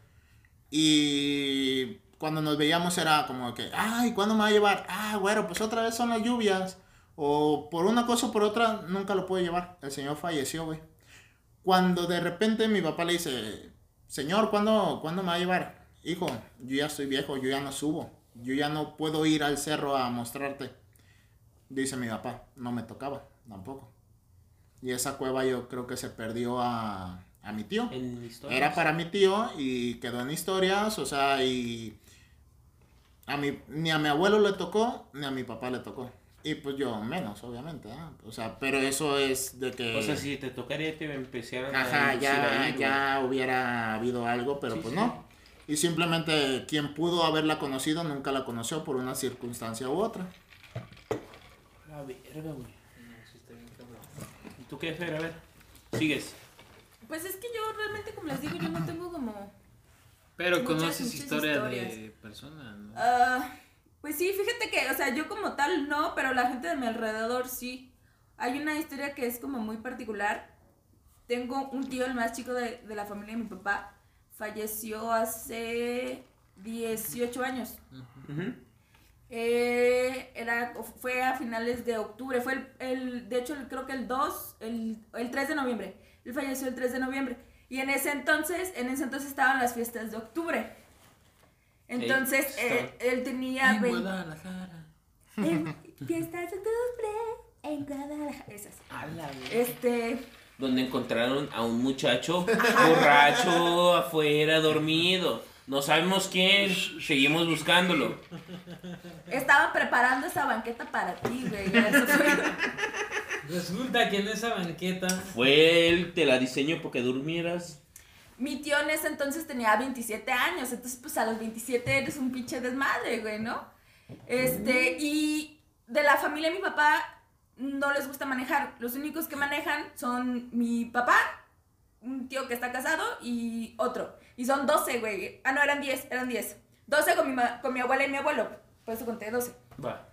Y cuando nos veíamos era como que, ay, ¿cuándo me va a llevar? Ah, bueno, pues otra vez son las lluvias. O por una cosa o por otra, nunca lo pude llevar. El señor falleció, güey. Cuando de repente mi papá le dice, señor, ¿cuándo, ¿cuándo me va a llevar? hijo, yo ya estoy viejo, yo ya no subo, yo ya no puedo ir al cerro a mostrarte. Dice mi papá, no me tocaba tampoco. Y esa cueva yo creo que se perdió a, a mi tío.
En historias.
Era para mi tío y quedó en historias, o sea, y a mi, ni a mi abuelo le tocó, ni a mi papá le tocó. Y pues yo menos, obviamente, ¿eh? O sea, pero eso es de que...
O sea, si te tocaría te empezaran
Ajá,
a
ya,
ir,
ya hubiera habido algo, pero
Sí,
pues
sí.
no. Y simplemente quien pudo haberla conocido nunca la conoció por una circunstancia u otra.
La verga, güey. No, sí está bien cabrón. ¿Y tú qué, Fer? A ver, sigues.
Pues es que yo realmente, como les digo, yo no tengo como...
Pero
Muchas,
conoces
muchas
historia
historias.
de personas, ¿no?
Ah, pues sí, fíjate que, o sea, yo como tal no, pero la gente de mi alrededor sí. Hay una historia que es como muy particular. Tengo un tío, el más chico de, de la familia de mi papá, falleció hace dieciocho años.
Ujú.
Eh, era, fue a finales de octubre, fue el, el de hecho el- creo que el dos, el, el tres de noviembre. Él falleció el tres de noviembre. Y en ese entonces, en ese entonces estaban las fiestas de octubre. Entonces,
Ey,
eh, él tenía
En
veinte
Guadalajara.
en fiestas de octubre en Guadalajara. Esas.
A la verga.
Este,
Donde encontraron a un muchacho borracho afuera, dormido. No sabemos quién, seguimos buscándolo.
estaban preparando esa banqueta para ti, güey. Eso fue.
Resulta que en esa banqueta.
Fue él, te la diseñó porque durmieras.
Mi tío en ese entonces tenía veintisiete años, entonces pues a los veintisiete eres un pinche desmadre, güey, ¿no? Este, y de la familia de mi papá no les gusta manejar. Los únicos que manejan son mi papá, un tío que está casado y otro. Y son doce, güey. Ah, no, eran diez, eran diez. doce con mi, ma- con mi abuela y mi abuelo. Por eso conté doce.
Va.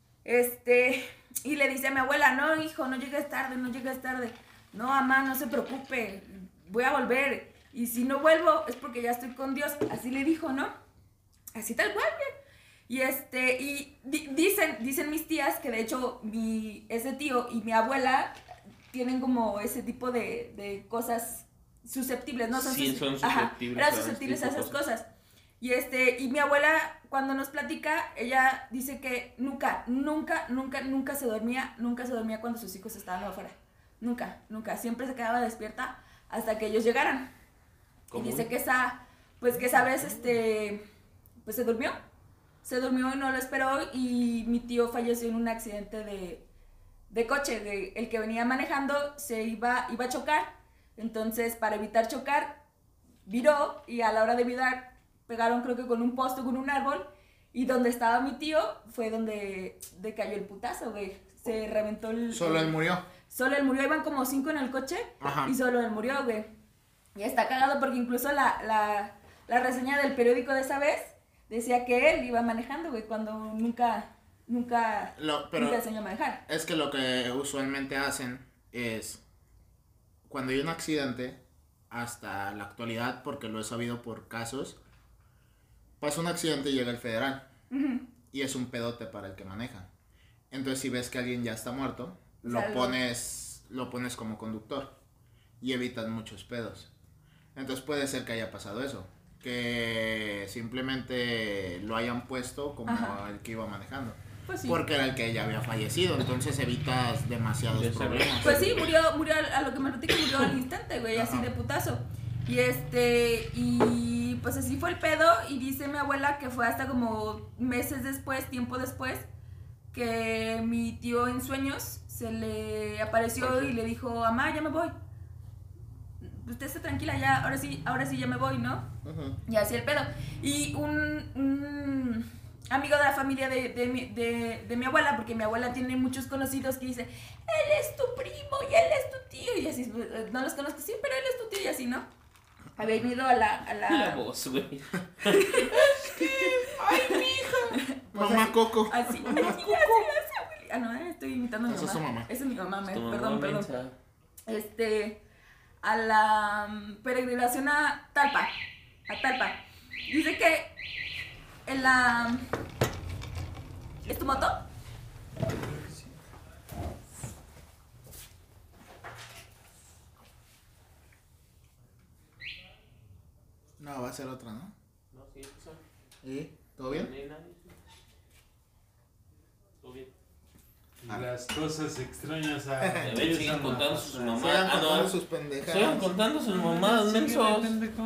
Este, y le dice a mi abuela, no, hijo, no llegues tarde, no llegues tarde. No, mamá, no se preocupe, voy a volver. Y si no vuelvo es porque ya estoy con Dios. Así le dijo, ¿no? Así tal cual, güey. Y este, y di- dicen, dicen mis tías que de hecho mi, ese tío y mi abuela tienen como ese tipo de, de cosas susceptibles, ¿no?
Sí,
sus-
son
ajá,
susceptibles
eran
a ese
susceptibles a
tipo de
esas cosas. Y este, y mi abuela, cuando nos platica, ella dice que nunca, nunca, nunca, nunca se dormía, nunca se dormía cuando sus hijos estaban afuera. Nunca, nunca. Siempre se quedaba despierta hasta que ellos llegaran.
¿Cómo?
Y dice que esa, pues que esa vez, este, pues se durmió. Se durmió y no lo esperó y mi tío falleció en un accidente de, de coche. De, el que venía manejando se iba, iba a chocar. Entonces, para evitar chocar, viró y a la hora de virar pegaron creo que con un poste o con un árbol y donde estaba mi tío fue donde de cayó el putazo, güey. Se reventó el...
Solo él murió.
Solo él murió, iban como cinco en el coche
Ajá.
y solo él murió, güey. Y está cagado porque incluso la, la, la reseña del periódico de esa vez decía que él iba manejando, güey, cuando nunca, nunca,
Lo- pero
nunca enseñó a manejar.
es que lo que usualmente hacen es, cuando hay un accidente, hasta la actualidad, porque lo he sabido por casos, pasa un accidente y llega el federal.
Ujú.
Y es un pedote para el que maneja. Entonces, si ves que alguien ya está muerto, lo
Salvo.
pones, lo pones como conductor y evitas muchos pedos. Entonces puede ser que haya pasado eso, que simplemente lo hayan puesto como
Ajá.
el que iba manejando,
Pues sí.
porque era el que ya había fallecido. Entonces evitas demasiados
Ya sabes.
problemas.
Pues sí, murió, murió al- a lo que me platica, murió al instante, güey, así
Ajá.
de putazo. Y este, y pues así fue el pedo. Y dice mi abuela que fue hasta como meses después, tiempo después, que mi tío en sueños se le apareció y le dijo, mamá, ya me voy. Usted esté tranquila, ya, ahora sí, ahora sí ya me voy, ¿no?
Ujú.
Y así el pedo. Y un, un amigo de la familia de, de, mi, de, de mi abuela, porque mi abuela tiene muchos conocidos que dice, él es tu primo y él es tu tío. Y así, no los conozco, sí, pero él es tu tío y así, ¿no? Había ido a la... A la,
La voz, güey.
Mamá Coco.
Así, así, así, así, ah, no, eh, estoy imitando a mi
Esa es
mamá.
su mamá.
Esa es mi mamá, me-
Tu mamá
perdón, perdón.
mensa.
Este, a la mm, peregrinación a Talpa, a Talpa. Dice que en la... ¿Es tu moto?
No, va a ser otra, ¿no?
No, ¿Qué pasó?
¿Y? ¿Todo bien?
¿No hay nadie? ¿Todo bien?
Y las cosas extrañas a...
A ver, siguen contando sus
Sigan
mamadas. Ah,
contando
no.
sus pendejadas.
Sigan contando sus mamadas, mensos.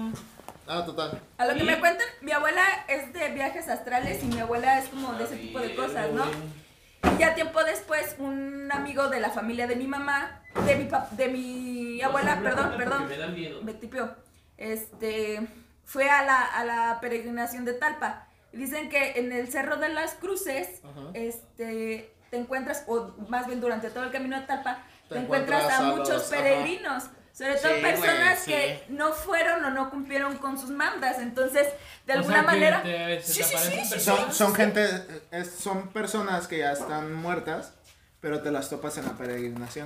Ah, total.
A lo que
¿Sí?
me cuentan, mi abuela es de viajes astrales y mi abuela es como de ese tipo de cosas, ¿no? Y ya tiempo después, un amigo de la familia de mi mamá, de mi pap- de mi abuela, perdón, perdón,
Me da miedo.
me tipió, este, fue a la, a la peregrinación de Talpa. Y dicen que en el Cerro de las Cruces,
Ajá.
este, te encuentras, o más bien durante todo el camino de Talpa, te,
Te
encuentras,
encuentras
a
a
muchos
los-
peregrinos. Sobre todo
Sí,
personas
güey,
que
sí.
no fueron o no cumplieron con sus mandas. Entonces, de
O
alguna
sea, que
manera...
te-
Sí,
se
sí,
te aparecen
sí, sí,
Son,
personas.
son gente, es- son personas que ya están muertas, pero te las topas en la peregrinación.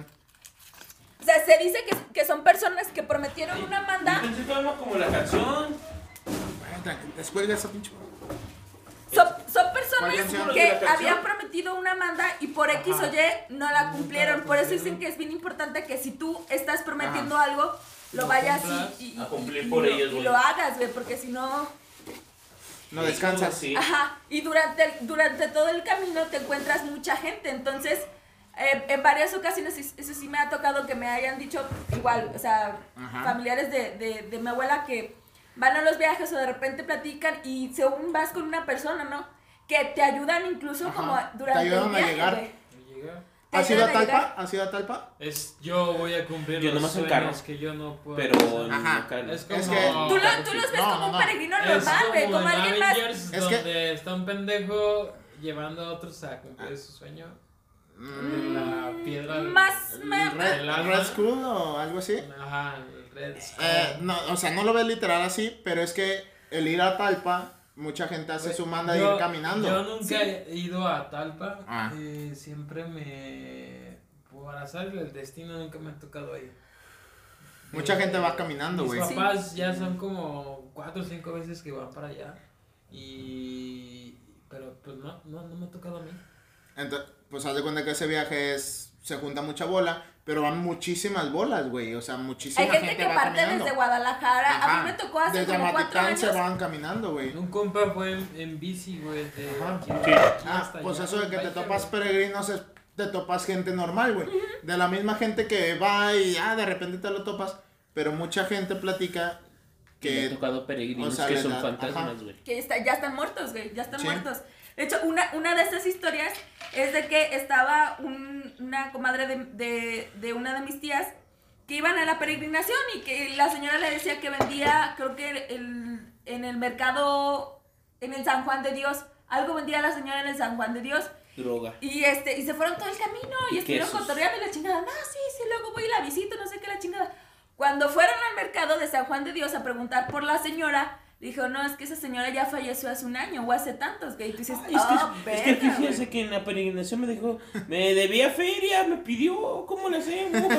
O sea, se dice que, que son personas que prometieron una manda.
Yo pensé que era como la canción.
Bueno, tranqui- descuelga esa pinche.
Son, son
¿Cuál
personas
canción?
que
¿La canción?
habían prometido una manda y por X o Y no la cumplieron. Por eso dicen que es bien importante que si tú estás prometiendo algo, lo
Lo
vayas
cumplas.
y, y-
A cumplir
y-
por
y lo-
ellos,
y
güey.
lo hagas, güey, porque si no...
No descansas.
Sí.
Ajá, y durante, el- durante todo el camino te encuentras mucha gente, entonces eh, en varias ocasiones es- eso sí me ha tocado que me hayan dicho igual, o sea,
Ajá.
familiares de, de, de mi abuela que van a los viajes o de repente platican y según vas con una persona, ¿no? Que te ayudan incluso
Ajá.
como durante
Te ayudan
el
a
viaje,
llegar.
güey.
Llega.
Te
¿Has ido a
ayudan a
Talpa?
llegar.
¿Has ido a Talpa?
Es, yo voy a cumplir
Yo
los
nomás en
sueños
carro.
que yo no puedo
Pero
hacer.
Ajá.
local.
Es como...
Es que-
Tú, lo- tú los ves
No,
como un
no.
peregrino
Es
normal, güey, como,
en
alguien más.
Avengers,
Es que-
donde está un pendejo llevando a otros a cumplir su sueño. En la piedra.
Más,
¿El
más,
Red,
el alma.
Red Skull o algo así?
Ajá, el Red Skull.
Eh, no, o sea, no lo ves literal así, pero es que el ir a Talpa, mucha gente hace su manda de
Yo-
ir caminando.
Yo nunca
Sí.
he ido a Talpa.
Ah.
Y siempre me. Por azar el destino nunca me ha tocado ir.
Mucha
Eh,
gente va caminando,
mis
güey.
papás ya son como cuatro o cinco veces que van para allá. Y. Pero pues no, no, no me ha tocado a mí.
Entonces, pues haz de cuenta que ese viaje es, se junta mucha bola, pero van muchísimas bolas, güey. O sea, muchísima
Hay gente que
va
parte
caminando.
desde Guadalajara. A
Ajá.
mí me tocó hace
Desde
como cuatro
Amatitlán se
años.
van caminando, güey.
Un compa fue en, en bici, güey. De
Ajá.
aquí-
Sí.
aquí
Ah,
hasta
pues
allá,
eso de que te
biker,
topas
güey.
peregrinos es, te topas gente normal, güey. De la misma gente que va y ah, de repente te lo topas, pero mucha gente platica
Que me
que
ha tocado peregrinos
o sea,
que
le
son
da-
fantasmas,
ajá.
güey.
Que está- ya están muertos, güey, ya están
Sí.
muertos. De hecho, una, una de estas historias es de que estaba un- una comadre de, de, de una de mis tías que iban a la peregrinación y que la señora le decía que vendía, creo que el, en el mercado, en el San Juan de Dios, algo vendía la señora en el San Juan de Dios.
Droga.
Y este, y se fueron todo el camino y
¿Y
estuvieron
quesos?
cotorreando y la chingada. No, sí, sí, luego voy y la visito, no sé qué la chingada. Cuando fueron al mercado de San Juan de Dios a preguntar por la señora, dijo, no, es que esa señora ya falleció hace un año o hace tantos, güey. Y tú dices,
Ay, es que,
"Ah,
es que
verga,
fíjense
güey".
que en la peregrinación me dijo, me debía feria, me pidió, ¿cómo le hacemos?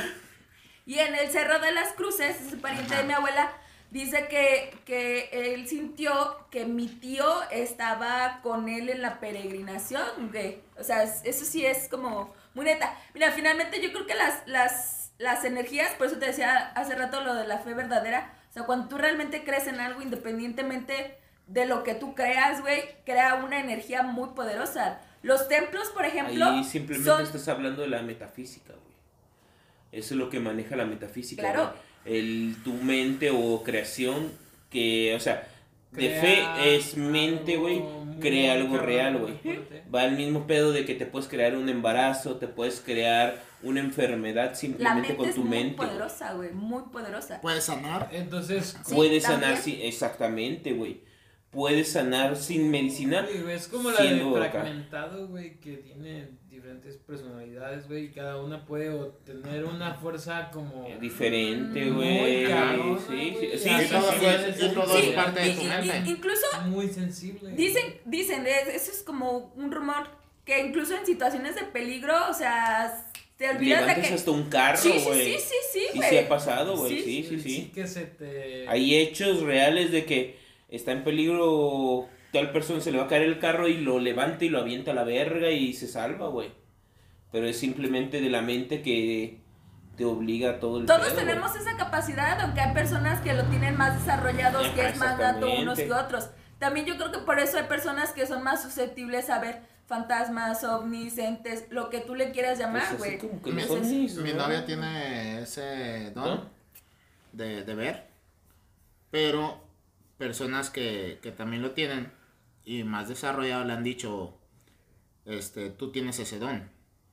Y en el Cerro de las Cruces, ese pariente de mi abuela, dice que, que él sintió que mi tío estaba con él en la peregrinación, güey. O sea, es- eso sí es como muy neta. Mira, finalmente yo creo que las, las, las energías, por eso te decía hace rato lo de la fe verdadera, o sea, cuando tú realmente crees en algo, independientemente de lo que tú creas, güey, crea una energía muy poderosa. Los templos, por ejemplo,
Ahí simplemente
son...
estás hablando de la metafísica, güey. Eso es lo que maneja la metafísica,
Claro.
güey. El, tu mente o creación que, o sea, de
Crea
fe es mente, güey,
algo muy
crea algo
cabrón,
real,
muy
güey.
fuerte.
Va al mismo pedo de que te puedes crear un embarazo, te puedes crear una enfermedad
La
simplemente
mente
con
es
tu
muy
mente. güey.
poderosa, güey, muy poderosa.
puedes sanar.
Entonces,
Sí,
Puedes
también.
sanar, sí, exactamente, güey. Puedes sanar sin medicina.
Sí, güey, es como la de
siendo acá.
fragmentado, güey, que tiene diferentes personalidades, güey, y cada una puede o tener una fuerza como...
Diferente,
Mm,
güey.
muy cabrona,
Sí, sí,
güey,
sí,
y
sí,
Y todo,
sí,
fue-
sí,
y todo
Sí,
es parte de
y-
tu
y-
mente.
y- incluso
Muy sensible.
dicen, dicen, es- eso es como un rumor, que incluso en situaciones de peligro, o sea, te olvidas de
Levantas
que...
hasta un carro,
Sí, sí,
güey.
sí, sí, sí,
Y
güey.
sí ha pasado, güey.
Sí,
Sí, sí, sí.
que se te...
Hay hechos reales de que está en peligro, tal persona se le va a caer el carro y lo levanta y lo avienta a la verga y se salva, güey. Pero es simplemente de la mente que te obliga a todo el
Todos
pedo,
tenemos esa capacidad, aunque hay personas que lo tienen más desarrollados, que
Ajá,
es más nato unos
exactamente.
que otros. también yo creo que por eso hay personas que son más susceptibles a ver fantasmas, ovnis, entes, lo que tú le quieras llamar,
Pues
güey.
así como que
Mi,
los ovnis,
mi
¿no?
novia tiene ese don
¿No?
de, de ver, pero personas que, que también lo tienen y más desarrollado le han dicho, este, tú tienes ese don.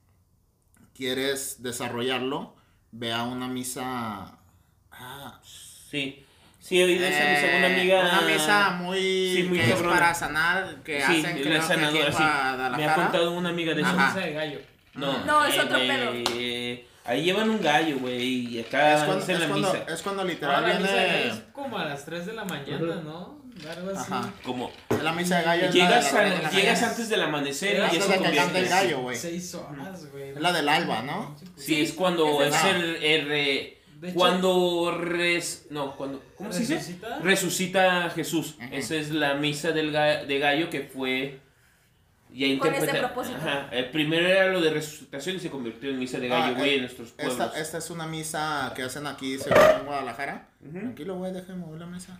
¿Quieres desarrollarlo? Ve a una misa... Ah,
Sí, sí, he oído esa misa con una
eh,
amiga.
Una misa muy...
Sí, muy
que es
cabrona.
para sanar, que
Sí,
hacen
la
creo que aquí
sanadora,
en
sí. Me ha
Guadalajara.
contado una amiga de eso.
Ajá.
Misa de gallo.
No,
No, es
eh,
otro
eh,
pedo.
eh, ahí llevan un gallo, güey, y acá
Es cuando,
hacen
es,
la
cuando,
misa.
es cuando
No,
literal
la misa de gallo
viene...
es como a las tres de la mañana, ¿no? Algo así.
Ajá.
Como
La misa de gallo es la de
llegas,
las
a-
tres de la
llegas
mañana.
antes del amanecer
Era
y ya
antes
se
de que
convierte.
cante el gallo, güey.
Seis horas, güey.
Es la del alba, ¿no?
Sí,
Sí,
es cuando
es
es
esa.
el, el re-
De hecho-
cuando res, no, cuando ¿cómo se dice?
¿Resucita?
Resucita a Jesús.
Ajá.
Esa es la misa del ga- de gallo que fue ya
Con ese
interpreta-
propósito.
Ajá, el primero era lo de resucitación y se convirtió en misa de gallo,
Ah,
güey,
eh,
en nuestros pueblos.
Esta, esta es una misa que hacen aquí según en Guadalajara.
Ujú.
Tranquilo, güey, déjame mover la mesa.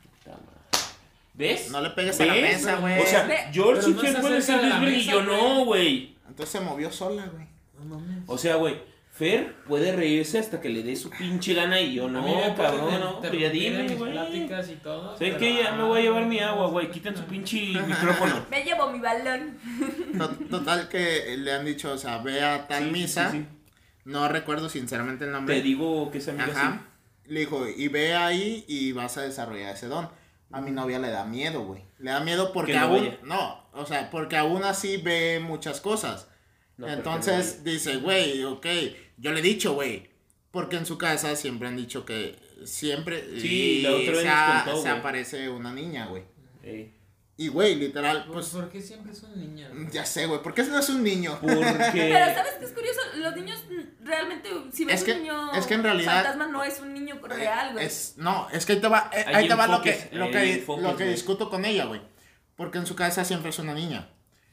¿Ves?
No le pegues a la
¿Ves?
mesa, güey.
O sea,
Ve-
George
Pero
y
no
Fer
está
pueden ser
cerca de la
Bisbee y
mesa,
yo
güey.
no, güey.
Entonces se movió sola, güey.
No mames.
O sea, güey, Fer puede reírse hasta que le dé su pinche gana y yo
A mí
no,
me
cabrón,
pueden
no. Pero
interrumpir
ya
en
dime,
mis
güey.
pláticas y todo.
¿Sabes
pero-
qué? Ya me voy a llevar mi
Ah,
agua,
no,
güey.
no,
Quiten su
no.
pinche micrófono.
Me llevo mi balón.
To- Total que le han dicho, o sea, ve a tal
Sí, sí,
misa.
sí, sí.
No recuerdo sinceramente el nombre.
Te digo que esa amiga
Ajá. Le dijo, y ve ahí y vas a desarrollar ese don. A mi novia le da miedo, güey. Le da miedo porque
Que no
aún...
vaya.
No, o sea, porque aún así ve muchas cosas.
No, pero
Entonces
que no
dice, güey, ok. Yo le he dicho, güey. Porque en su casa siempre han dicho que siempre...
Sí,
y
la otra vez
se,
nos
a-
contó,
se
güey.
aparece una niña, güey.
vaya. Ey.
Y, güey, literal,
Pues,
pues...
¿por qué siempre son niñas?
Ya sé, güey. ¿Por qué no es un niño?
Porque...
Pero ¿sabes qué es curioso? Los niños mm, realmente, si ves
Es que-
un niño
es que en realidad-
fantasma no es un niño real, güey.
Es, no, es que ahí te va, eh,
Hay
ahí te va lo que,
enfoques,
lo
hay
que,
enfoques,
lo que
güey.
discuto con ella, güey. Porque en su casa siempre es una niña.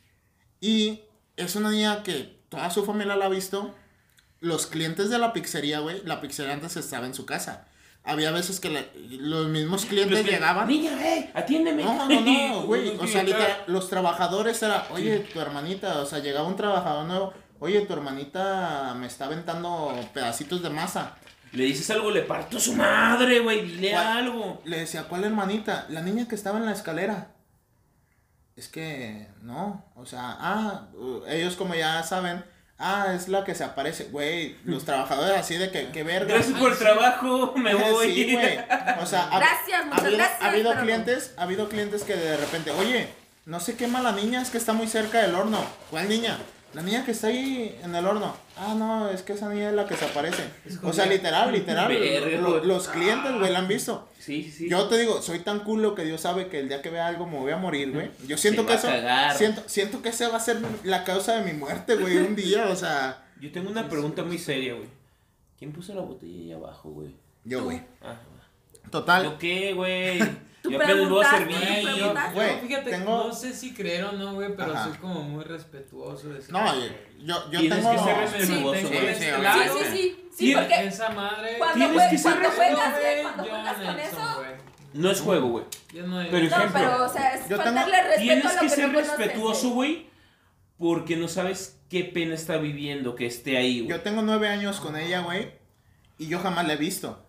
Y es una niña que toda su familia la ha visto. Los clientes de la pizzería, güey, la pizzería antes estaba en su casa. Había veces que le- los mismos clientes
Los que-
llegaban.
Niña, eh, atiéndeme.
No, no, no, güey. O sea,
Sí,
literal, los trabajadores era, oye, tu hermanita, o sea, llegaba un trabajador nuevo, oye, tu hermanita me está aventando pedacitos de masa.
Le dices algo, le parto su madre, güey. Dile
¿Cuál?
algo.
Le decía, ¿cuál hermanita? La niña que estaba en la escalera. Es que, no, o sea, ah, uh, ellos como ya saben, ah, es la que se aparece, güey, los trabajadores así de que, qué verga.
Gracias por el trabajo, me voy.
Sí, güey, o sea, ha,
Gracias,
ha
muchas
habido,
gracias,
ha habido
pero no.
clientes, ha habido clientes que de repente, oye, no se quema la niña, es que está muy cerca del horno. ¿Cuál niña? La niña que está ahí en el horno. Ah, no, es que esa niña es la que se aparece. O sea, literal, literal,
Verga,
lo-
güey.
los clientes, güey, la han visto.
Sí, sí, sí.
Yo te digo, soy tan culo que Dios sabe que el día que vea algo me voy a morir, güey. Yo siento
Se
que
va a
eso,
cagar.
siento, siento que esa va a ser la causa de mi muerte, güey, un día, o sea,
Yo tengo una pregunta muy seria, güey. ¿Quién puso la botella ahí abajo, güey?
yo, güey.
Ah,
Total,
¿yo qué, güey?
Tú
Yo apenas me voy a
preguntaste,
servir.
Güey, yo,
preguntas?
Güey,
yo, fíjate,
tengo-
no sé si creer o no, güey, pero
Ajá.
soy como muy respetuoso de ese
no,
tipo,
yo,
güey.
yo, yo
Tienes
tengo...
que ser
Sí,
respetuoso,
tengo
güey.
este
Sí,
lado,
Sí, sí, sí. Sí,
Tiene-
porque
Esa madre.
cuando,
Tienes
jue-
que ser
cuando juegas,
güey,
güey, cuando
John
juegas con
Nelson,
eso.
güey.
No es juego, güey.
Yo no
Pero
No,
ejemplo,
pero, o sea, es
yo
faltarle
tengo-
respeto
Tienes
a lo
que
que
ser
no conoces,
respetuoso,
güey.
güey, porque no sabes qué pena está viviendo que esté ahí, güey.
Yo tengo nueve años con ella, güey, y yo jamás la he visto.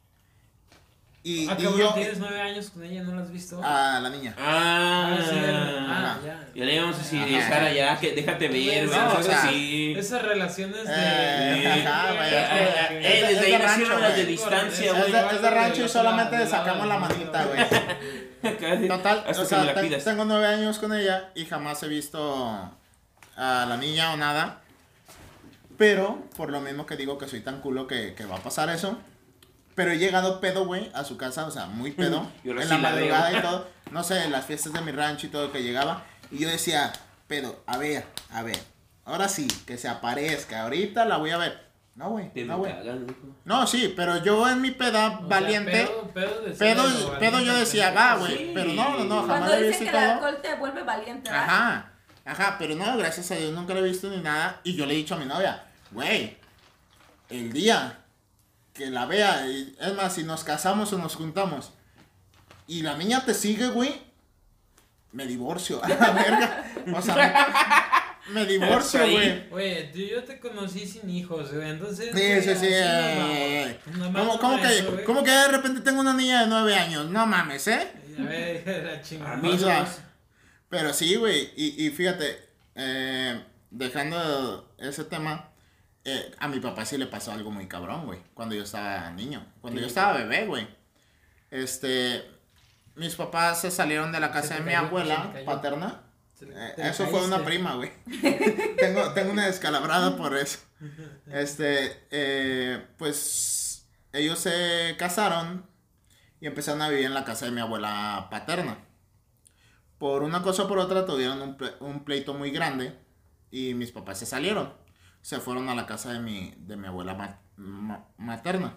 Y,
Ah,
y
cabrón,
yo...
tienes nueve años con ella, ¿no la has visto?
A la niña.
Ah,
Ah, sí, ah,
Ajá.
ya.
ya le íbamos a decir,
Ajá.
Sara, ya, que déjate ver, güey.
No,
No,
o sea,
sí.
Esas relaciones de.
Eh,
de-
ajá,
de-
güey.
de-
Eh,
de-
eh,
es
desde
de
ahí
rancho,
nacieron las de
güey.
distancia,
Es
Es
güey.
de, es de rancho y
del
solamente
otro lado,
sacamos
del
la
lado,
manita,
del
güey. Total,
Hasta
o
que
sea,
me la
te-
pidas.
tengo nueve años con ella y jamás he visto a la niña o nada. Pero, por lo mismo que digo que soy tan culo que, que va a pasar eso. Pero he llegado pedo, güey, a su casa, o sea, muy pedo.
Y ahora
en
sí
la
la
madrugada
veo.
y todo. No sé, en las fiestas de mi rancho y todo que llegaba. Y yo decía, pedo, a ver, a ver. Ahora sí, que se aparezca. Ahorita la voy a ver. No, güey,
Te
no,
me
güey.
cagan, mijo.
No, sí, pero yo en mi peda
o sea,
valiente.
pedo, pedo, de
Pedo,
celos,
pedo yo
valiente,
decía,
pendejo.
va, güey.
Sí.
Pero no, no, no, jamás
Cuando
la he
dicen
visto y
que el
todo.
alcohol te vuelve valiente, ¿verdad?
Ajá, ajá, pero no, gracias a Dios nunca lo he visto ni nada. Y yo le he dicho a mi novia, güey, el día que la vea, y- es más, si nos casamos o nos juntamos, y la niña te sigue, güey, me divorcio, a la verga. O sea, me, me divorcio, güey.
Oye, yo te conocí sin hijos, güey, entonces...
Sí, sí, sí.
Eh,
¿Cómo, cómo, que, eso, ¿Cómo que de repente tengo una niña de nueve años? No mames, ¿eh?
A ver, la chingada.
O sea, pero sí, güey, y, y fíjate, eh, dejando ese tema, eh, a mi papá sí le pasó algo muy cabrón, güey, cuando yo estaba niño, cuando yo estaba bebé, güey. Este, mis papás se salieron de la casa de mi cayó, abuela paterna. Eh, eso fue una prima, güey. tengo, tengo una descalabrada por eso. Este, eh, pues ellos se casaron y empezaron a vivir en la casa de mi abuela paterna. Por una cosa o por otra tuvieron un, ple- un pleito muy grande y mis papás se salieron. Se fueron a la casa de mi, de mi abuela ma- ma- materna.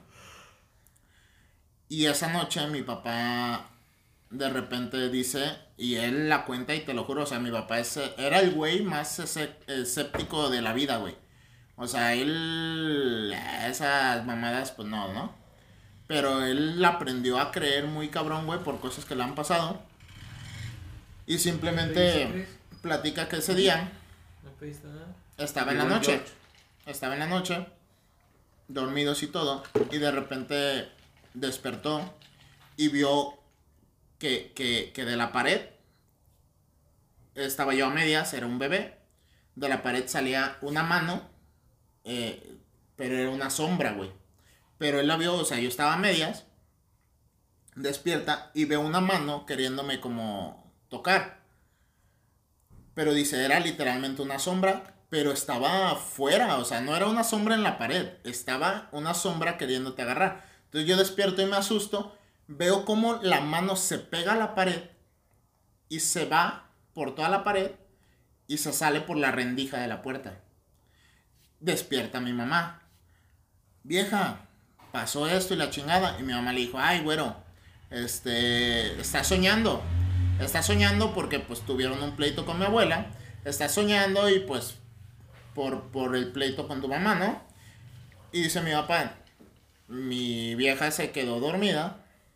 Y esa noche mi papá de repente dice, y él la cuenta y te lo juro, o sea, mi papá es, era el güey más ese- escéptico de la vida, güey. O sea, él, esas mamadas, pues no, ¿no? Pero él aprendió a creer muy cabrón, güey, por cosas que le han pasado. Y simplemente platica que ese día
¿No pediste nada?
estaba en la noche, estaba en la noche, dormidos y todo, y de repente despertó y vio que, que, que de la pared, estaba yo a medias, era un bebé, de la pared salía una mano, eh, pero era una sombra, güey. Pero él la vio, o sea, yo estaba a medias, despierta y veo una mano queriéndome como tocar. Pero dice, era literalmente una sombra, pero estaba afuera, o sea, no era una sombra en la pared, estaba una sombra queriéndote agarrar. Entonces yo despierto y me asusto, veo como la mano se pega a la pared y se va por toda la pared y se sale por la rendija de la puerta. Despierta mi mamá. Vieja, pasó esto y la chingada. Y mi mamá le dijo, ay, güero, este, estás soñando. Estás soñando porque pues tuvieron un pleito con mi abuela. Estás soñando y pues por, por el pleito con tu mamá, ¿no? Y dice mi papá, mi vieja se quedó dormida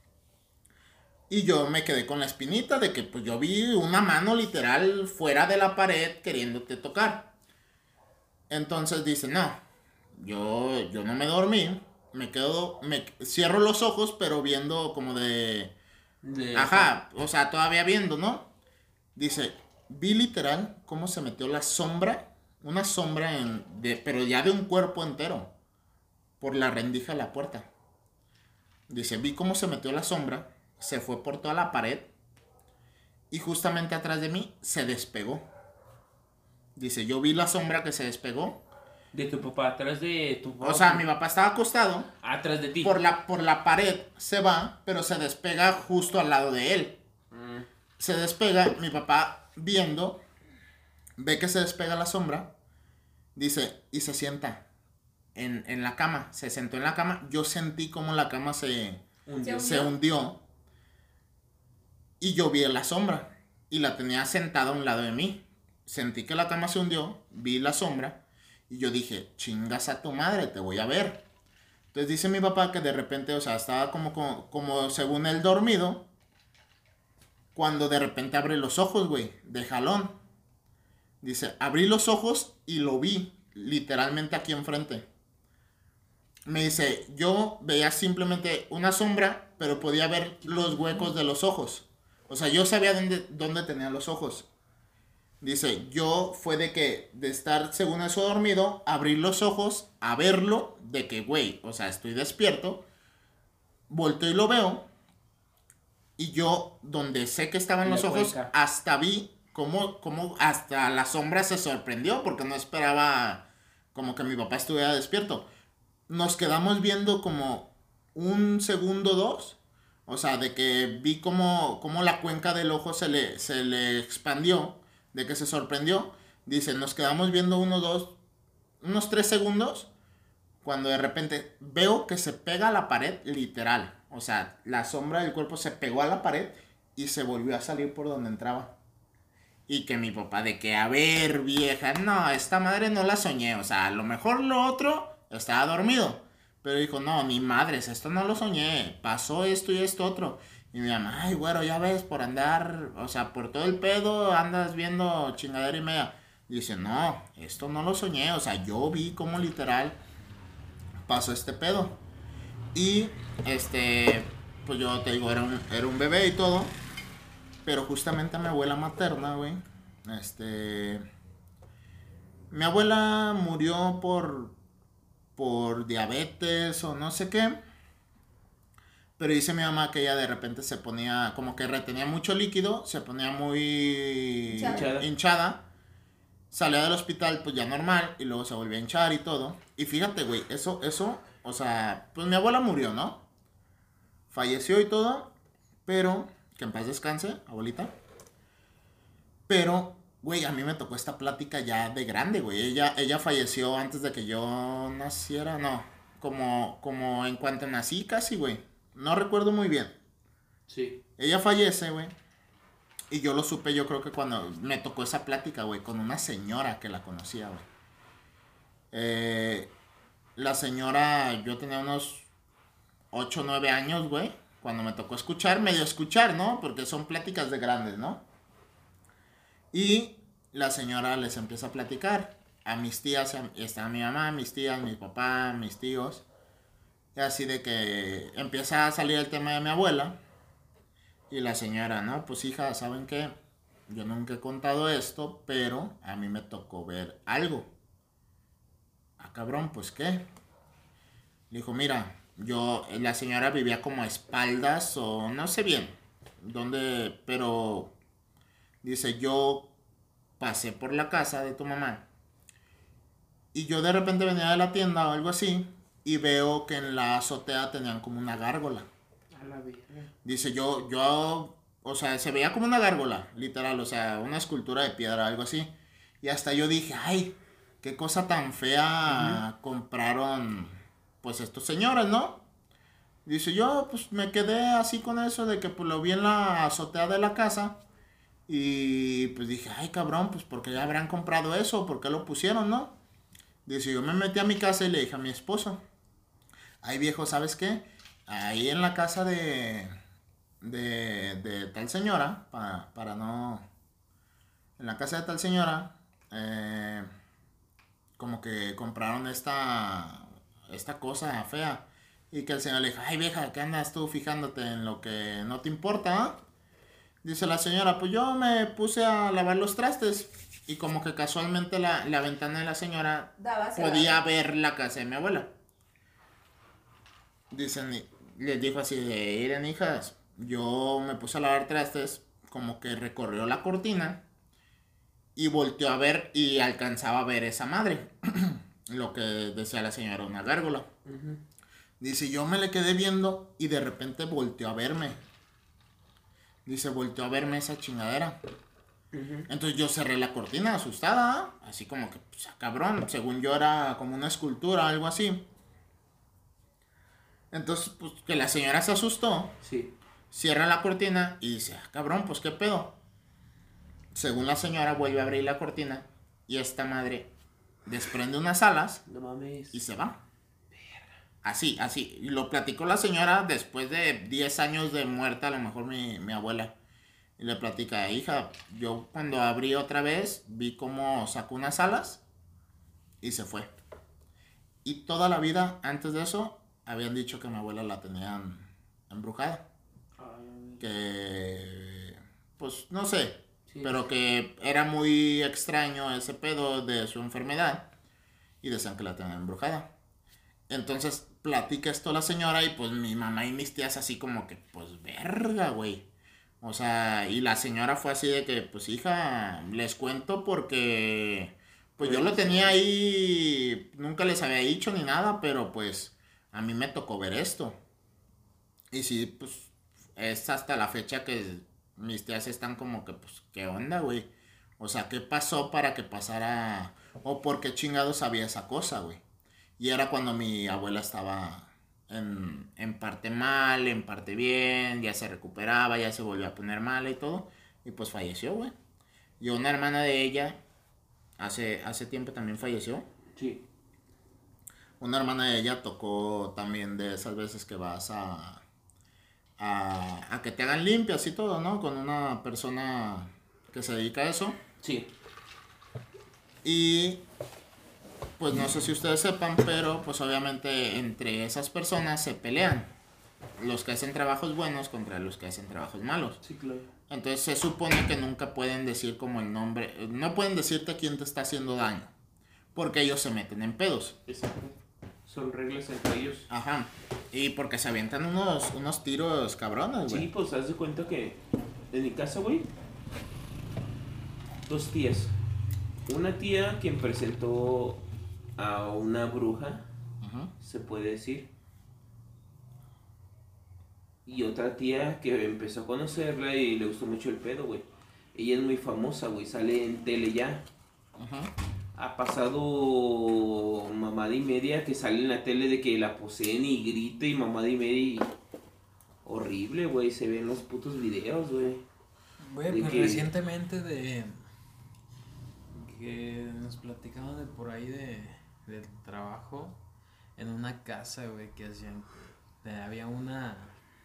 y yo me quedé con la espinita de que pues yo vi una mano literal fuera de la pared queriéndote tocar. Entonces dice, no, yo, yo no me dormí, me quedo, me cierro los ojos pero viendo como de, de... Ajá, o sea, todavía viendo, ¿no? Dice, vi literal cómo se metió la sombra, una sombra en, de, pero ya de un cuerpo entero, por la rendija de la puerta. Dice, vi cómo se metió la sombra, se fue por toda la pared y justamente atrás de mí se despegó. Dice, yo vi la sombra que se despegó.
De tu papá, atrás de tu papá.
O sea, mi papá estaba acostado.
Atrás de ti.
Por la, por la pared se va, pero se despega justo al lado de él. Mm. Se despega, mi papá viendo, ve que se despega la sombra, dice, y se sienta en, en la cama. Se sentó en la cama. Yo sentí como la cama se hundió. Se hundió. Y yo vi la sombra. Y la tenía sentada a un lado de mí. Sentí que la cama se hundió, vi la sombra y yo dije, chingas a tu madre, te voy a ver. Entonces dice mi papá que de repente, o sea, estaba como, como, como según él dormido, cuando de repente abre los ojos, güey, de jalón. Dice, abrí los ojos y lo vi, literalmente aquí enfrente. Me dice, yo veía simplemente una sombra, pero podía ver los huecos de los ojos. O sea, yo sabía dónde, dónde tenía los ojos. Dice, yo fue de que, de estar según eso dormido, abrir los ojos, a verlo, de que, güey, o sea, estoy despierto, volteo y lo veo, y yo, donde sé que estaban los ojos, cuenca. hasta vi cómo, cómo hasta la sombra se sorprendió, porque no esperaba como que mi papá estuviera despierto. Nos quedamos viendo como un segundo, dos, o sea, de que vi cómo, cómo la cuenca del ojo se le, se le expandió, de que se sorprendió. Dice, nos quedamos viendo uno, dos, unos tres segundos, cuando de repente veo que se pega a la pared, literal. O sea, la sombra del cuerpo se pegó a la pared y se volvió a salir por donde entraba. Y que mi papá de que, a ver, vieja, no, esta madre no la soñé. O sea, a lo mejor lo otro estaba dormido. Pero dijo, no, ni madres, esto no lo soñé. Pasó esto y esto otro. Y mi mamá, ay, güero, ya ves, por andar, o sea, por todo el pedo andas viendo chingadera y media. Dice, no, esto no lo soñé, o sea, yo vi cómo literal pasó este pedo. Y, este, pues yo te digo, era un, era un bebé y todo. Pero justamente a mi abuela materna, güey, este... Mi abuela murió por, por diabetes o no sé qué. Pero dice mi mamá que ella de repente se ponía, como que retenía mucho líquido, se ponía muy
Hinchada.
hinchada. Salía del hospital pues ya normal y luego se volvió a hinchar y todo. Y fíjate, güey, eso, eso, o sea, pues mi abuela murió, ¿no? Falleció y todo, pero, que en paz descanse, abuelita. Pero, güey, a mí me tocó esta plática ya de grande, güey. Ella, ella falleció antes de que yo naciera, no, como, como en cuanto nací casi, güey. No recuerdo muy bien.
Sí.
Ella fallece, güey. Y yo lo supe, yo creo que cuando me tocó esa plática, güey, con una señora que la conocía, güey. Eh, la señora, yo tenía unos ocho o nueve años, güey. Cuando me tocó escuchar, medio escuchar, ¿no? Porque son pláticas de grandes, ¿no? Y la señora les empieza a platicar. A mis tías, está mi mamá, mis tías, mi papá, mis tíos. Y así de que empieza a salir el tema de mi abuela. Y la señora, no, pues hija, ¿saben qué? Yo nunca he contado esto, pero a mí me tocó ver algo. Ah, cabrón, pues ¿qué? Le dijo, mira, yo, la señora vivía como a espaldas o no sé bien dónde, pero dice, yo pasé por la casa de tu mamá y yo de repente venía de la tienda o algo así y veo que en la azotea tenían como una gárgola.
A la verga.
Dice, yo, yo, o sea, se veía como una gárgola, literal, o sea, una escultura de piedra, algo así. Y hasta yo dije, ay, qué cosa tan fea uh-huh. compraron, pues, estos señores, ¿no? Dice, yo, pues, me quedé así con eso de que, pues, lo vi en la azotea de la casa. Y, pues, dije, ay, cabrón, pues, ¿por qué habrán comprado eso? ¿Por qué lo pusieron, no? Dice, yo me metí a mi casa y le dije a mi esposo, ay, viejo, ¿sabes qué? Ahí en la casa de, de, de tal señora, para, para no... En la casa de tal señora, eh, como que compraron esta, esta cosa fea. Y que el señor le dijo, ay vieja, ¿qué andas tú fijándote en lo que no te importa? ¿Eh? Dice la señora, pues yo me puse a lavar los trastes. Y como que casualmente la, la ventana de la señora podía ver la casa de mi abuela. Dicen, les dijo así de, miren hijas, yo me puse a lavar trastes, como que recorrió la cortina y volteó a ver y alcanzaba a ver esa madre. Lo que decía la señora, una gárgola. Uh-huh. Dice, yo me le quedé viendo y de repente volteó a verme. Dice, volteó a verme esa chingadera. Uh-huh. Entonces yo cerré la cortina asustada, así como que, pues, cabrón, según yo era como una escultura, algo así. Entonces, pues, que la señora se asustó.
Sí.
Cierra la cortina y dice, ah, cabrón, pues, ¿qué pedo? Según la señora, vuelve a abrir la cortina y esta madre desprende unas alas.
No mames.
Y se va. Así, así. Y lo platicó la señora después de diez años de muerta, a lo mejor mi, mi abuela. Y le platica, hija, yo cuando abrí otra vez, vi cómo sacó unas alas y se fue. Y toda la vida, antes de eso, habían dicho que mi abuela la tenían embrujada. Ay. Que, pues, no sé, sí, pero sí. Que era muy extraño ese pedo de su enfermedad. Y decían que la tenían embrujada. Entonces, platica esto la señora y pues mi mamá y mis tías así como que, pues, verga, güey. O sea, y la señora fue así de que, pues, hija, les cuento porque, pues, yo lo tenía ahí, nunca les había dicho ni nada, pero, pues, a mí me tocó ver esto. Y sí, pues, es hasta la fecha que mis tías están como que, pues, ¿qué onda, güey? O sea, ¿qué pasó para que pasara? O por qué chingados sabía esa cosa, güey. Y era cuando mi abuela estaba en, en parte mal, en parte bien, ya se recuperaba, ya se volvió a poner mala y todo. Y pues falleció, güey. Y una hermana de ella, hace, hace tiempo también falleció.
Sí.
Una hermana de ella tocó también de esas veces que vas a, a, a que te hagan limpias y todo, ¿no? Con una persona que se dedica a eso.
Sí.
Y pues no sé si ustedes sepan, pero pues obviamente entre esas personas se pelean. Los que hacen trabajos buenos contra los que hacen trabajos malos.
Sí, claro.
Entonces se supone que nunca pueden decir como el nombre, no pueden decirte quién te está haciendo daño, porque ellos se meten en pedos.
Exacto. Son reglas entre ellos.
Ajá. Y porque se avientan unos, unos tiros cabrones, güey.
Sí, pues haz de cuenta que en mi casa, güey, dos tías. Una tía quien presentó a una bruja,
Ajá.
se puede decir. Y otra tía que empezó a conocerla y le gustó mucho el pedo, güey. Ella es muy famosa, güey, sale en tele ya.
Ajá.
Ha pasado mamada y media que sale en la tele de que la poseen y grita y mamada y media y... Horrible, güey, se ven los putos videos, güey.
Güey,
De
pues
que-
recientemente de... Que nos platicaban de por ahí de... Del trabajo en una casa, güey, que hacían... eh, había una...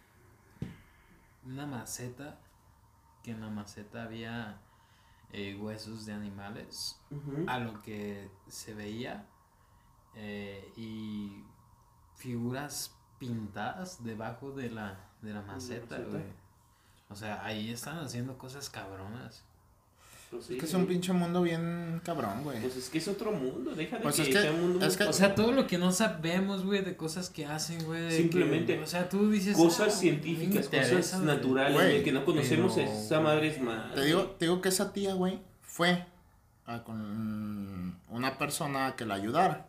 Una maceta, que en la maceta había eh, huesos de animales,
Ujú.
a lo que se veía, eh, y figuras pintadas debajo de la, de la maceta,
maceta.
güey. O sea, ahí están haciendo cosas cabronas.
Pues sí,
Es que es un
güey.
pinche mundo bien cabrón, güey.
Pues es que es otro mundo, deja de
Pues
que,
es que-
sea un mundo
es que-
muy-
O sea, todo lo que no sabemos, güey, de cosas que hacen, güey. de
Simplemente
que- o sea, tú dices...
cosas
"Ah, me
científicas,
interesa,
cosas
güey".
naturales,
Güey,
güey, que no conocemos,
pero-
esa madre es más.
Te digo, te digo que esa tía, güey, fue a con una persona que la ayudara.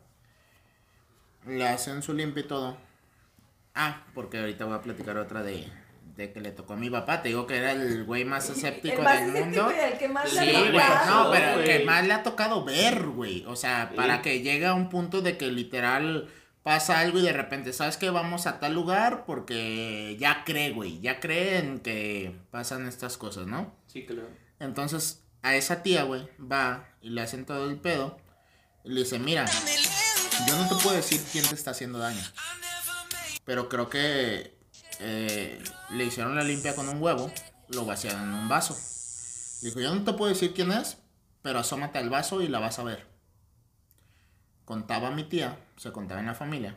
Le hacen su limpio y todo. Ah, porque ahorita voy a platicar otra de, de que le tocó a mi papá. Te digo que era el güey más escéptico
El más
del
escéptico
mundo.
y el que más
Sí,
le ha
güey,
tocado.
No, pero el que
güey.
más le ha tocado ver, güey. O sea,
Sí.
para que llegue a un punto de que literal pasa algo y de repente, ¿sabes qué? Vamos a tal lugar porque ya cree, güey. Ya creen que pasan estas cosas, ¿no?
Sí, claro.
Entonces, a esa tía, güey, va y le hacen todo el pedo. Y le dice, mira, yo no te puedo decir quién te está haciendo daño. Pero creo que eh, le hicieron la limpia con un huevo, lo vaciaron en un vaso. Dijo, yo no te puedo decir quién es, pero asómate al vaso y la vas a ver. Contaba mi tía, se contaba en la familia,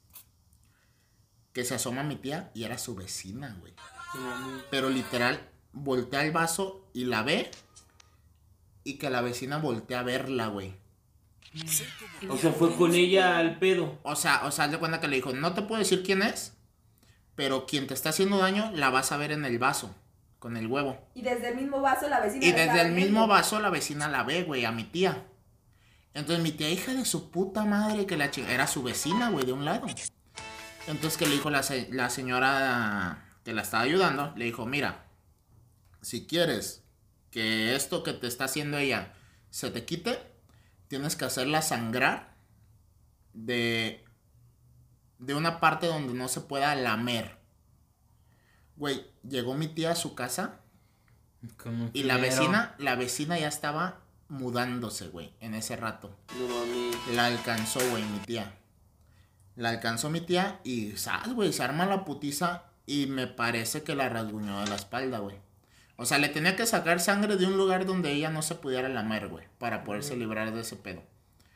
que se asoma mi tía y era su vecina, güey.
No mames.
Pero literal, voltea el vaso y la ve. Y que la vecina voltea a verla, güey.
O sea, fue con ella al pedo.
O sea, o sea, haz de cuenta que le dijo, no te puedo decir quién es, pero quien te está haciendo daño la vas a ver en el vaso, con el huevo.
Y desde el mismo vaso la vecina
Y
la
desde
estaba
el mismo
viendo.
vaso la vecina la ve, güey, a mi tía. Entonces mi tía, hija de su puta madre, que la chi- era su vecina, güey, de un lado. Entonces que le dijo la, se- la señora que la estaba ayudando, le dijo, mira, si quieres que esto que te está haciendo ella se te quite, tienes que hacerla sangrar de, de una parte donde no se pueda lamer. Güey, llegó mi tía a su casa
Como
y la
quiero.
vecina, la vecina ya estaba mudándose, güey, en ese rato.
No mames.
La alcanzó, güey, mi tía. La alcanzó mi tía y, ¿sabes, güey? Se arma la putiza y me parece que la rasguñó de la espalda, güey. O sea, le tenía que sacar sangre de un lugar donde ella no se pudiera lamer, güey, para poderse librar de ese pedo.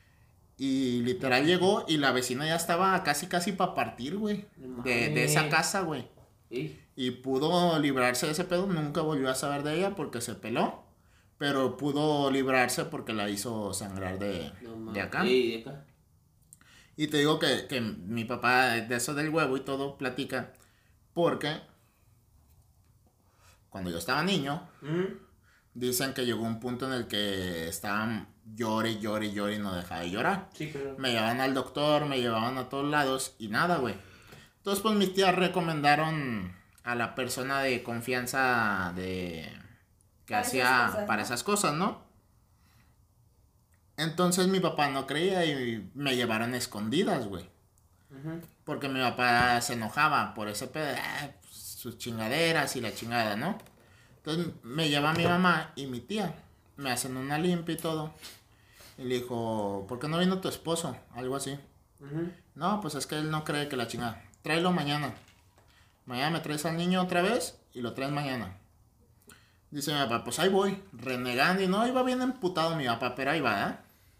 Y literal llegó y la vecina ya estaba casi, casi para partir, güey,
No
de, de esa
mames.
casa, güey.
Ey,
Y pudo librarse de ese pedo, nunca volvió a saber de ella porque se peló. Pero pudo librarse porque la hizo sangrar de,
no mames.
de acá.
Ey, de acá.
Y te digo que, que mi papá de eso del huevo y todo platica porque cuando yo estaba niño,
Ujú.
dicen que llegó un punto en el que estaban llore, llore, llore y no dejaba de llorar.
Sí, claro.
Me llevaban al doctor, me llevaban a todos lados y nada, güey. Entonces, pues mis tías recomendaron a la persona de confianza de que
Para esas
hacía
cosas,
para
¿no?
esas cosas, ¿no? Entonces mi papá no creía y me llevaron escondidas, güey.
Ujú.
Porque mi papá se enojaba por ese pedo, ah, pues, sus chingaderas y la chingada, ¿no? Entonces me lleva mi mamá y mi tía. Me hacen una limpia y todo. Y le dijo, ¿por qué no vino tu esposo? Algo así.
Ujú.
No, pues es que él no cree que la chingada. Tráelo mañana. mañana me traes al niño otra vez y lo traes mañana. Dice mi papá, pues ahí voy, renegando y no, iba bien emputado mi papá, pero ahí va, ¿eh?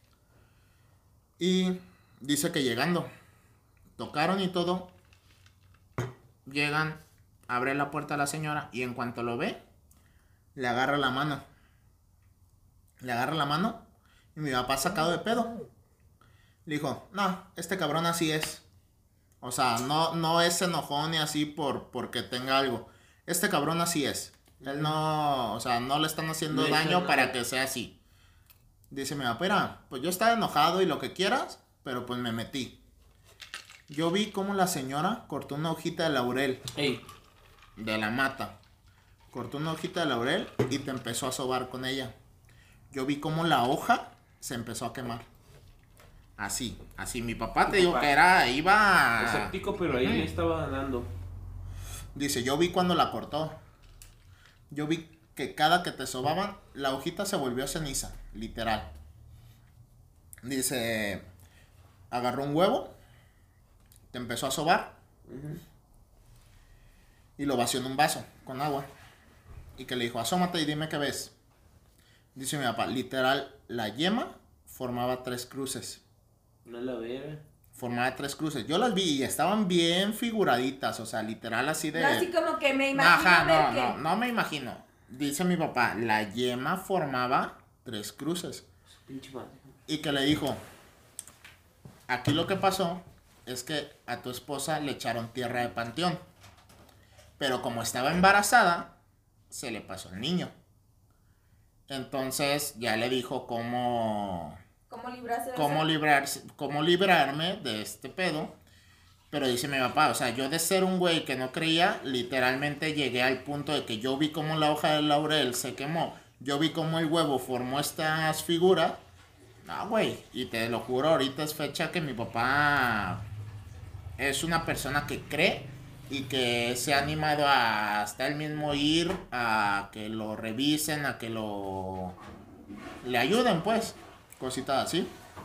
Y dice que llegando, tocaron y todo, llegan, abre la puerta a la señora y en cuanto lo ve, le agarra la mano. Le agarra la mano y mi papá sacado de pedo. Le dijo, no, este cabrón así es. O sea, no, no es enojón ni así por porque tenga algo. Este cabrón así es. Él no, o sea, no le están haciendo
No le
daño
hizo
para
nada.
que sea así. Dice mi papá, "Mira, pues yo estaba enojado y lo que quieras, pero pues me metí. Yo vi cómo la señora cortó una hojita de laurel
Ey,
de la mata. Cortó una hojita de laurel y te empezó a sobar con ella. Yo vi cómo la hoja se empezó a quemar. Así, así. Mi papá te digo que era, iba...
escéptico, pero ahí le estaba dando.
Dice, yo vi cuando la cortó. Yo vi que cada que te sobaban, la hojita se volvió ceniza, literal. Dice, agarró un huevo, te empezó a sobar
Ujú.
y lo vació en un vaso con agua. Y que le dijo, asómate y dime qué ves. Dice mi papá, literal, la yema formaba tres cruces.
No la vera.
Formaba tres cruces. Yo las vi y estaban bien figuraditas, o sea, literal así de...
No, así como que me imagino
Ajá,
ver
no,
que...
no, no me imagino. Dice mi papá, la yema formaba tres cruces.
Pinche madre.
Y que le dijo, aquí lo que pasó es que a tu esposa le echaron tierra de panteón. Pero como estaba embarazada, se le pasó el niño. Entonces ya le dijo cómo...
¿Cómo librarse de
cómo
eso?
librarse, cómo librarme de este pedo. Pero dice mi papá, o sea, yo de ser un güey que no creía, literalmente llegué al punto de que yo vi cómo la hoja de laurel se quemó. Yo vi cómo el huevo formó estas figuras. No, güey, y te lo juro, ahorita es fecha que mi papá es una persona que cree y que se ha animado a hasta él mismo ir a que lo revisen, a que lo le ayuden, pues, cositas así.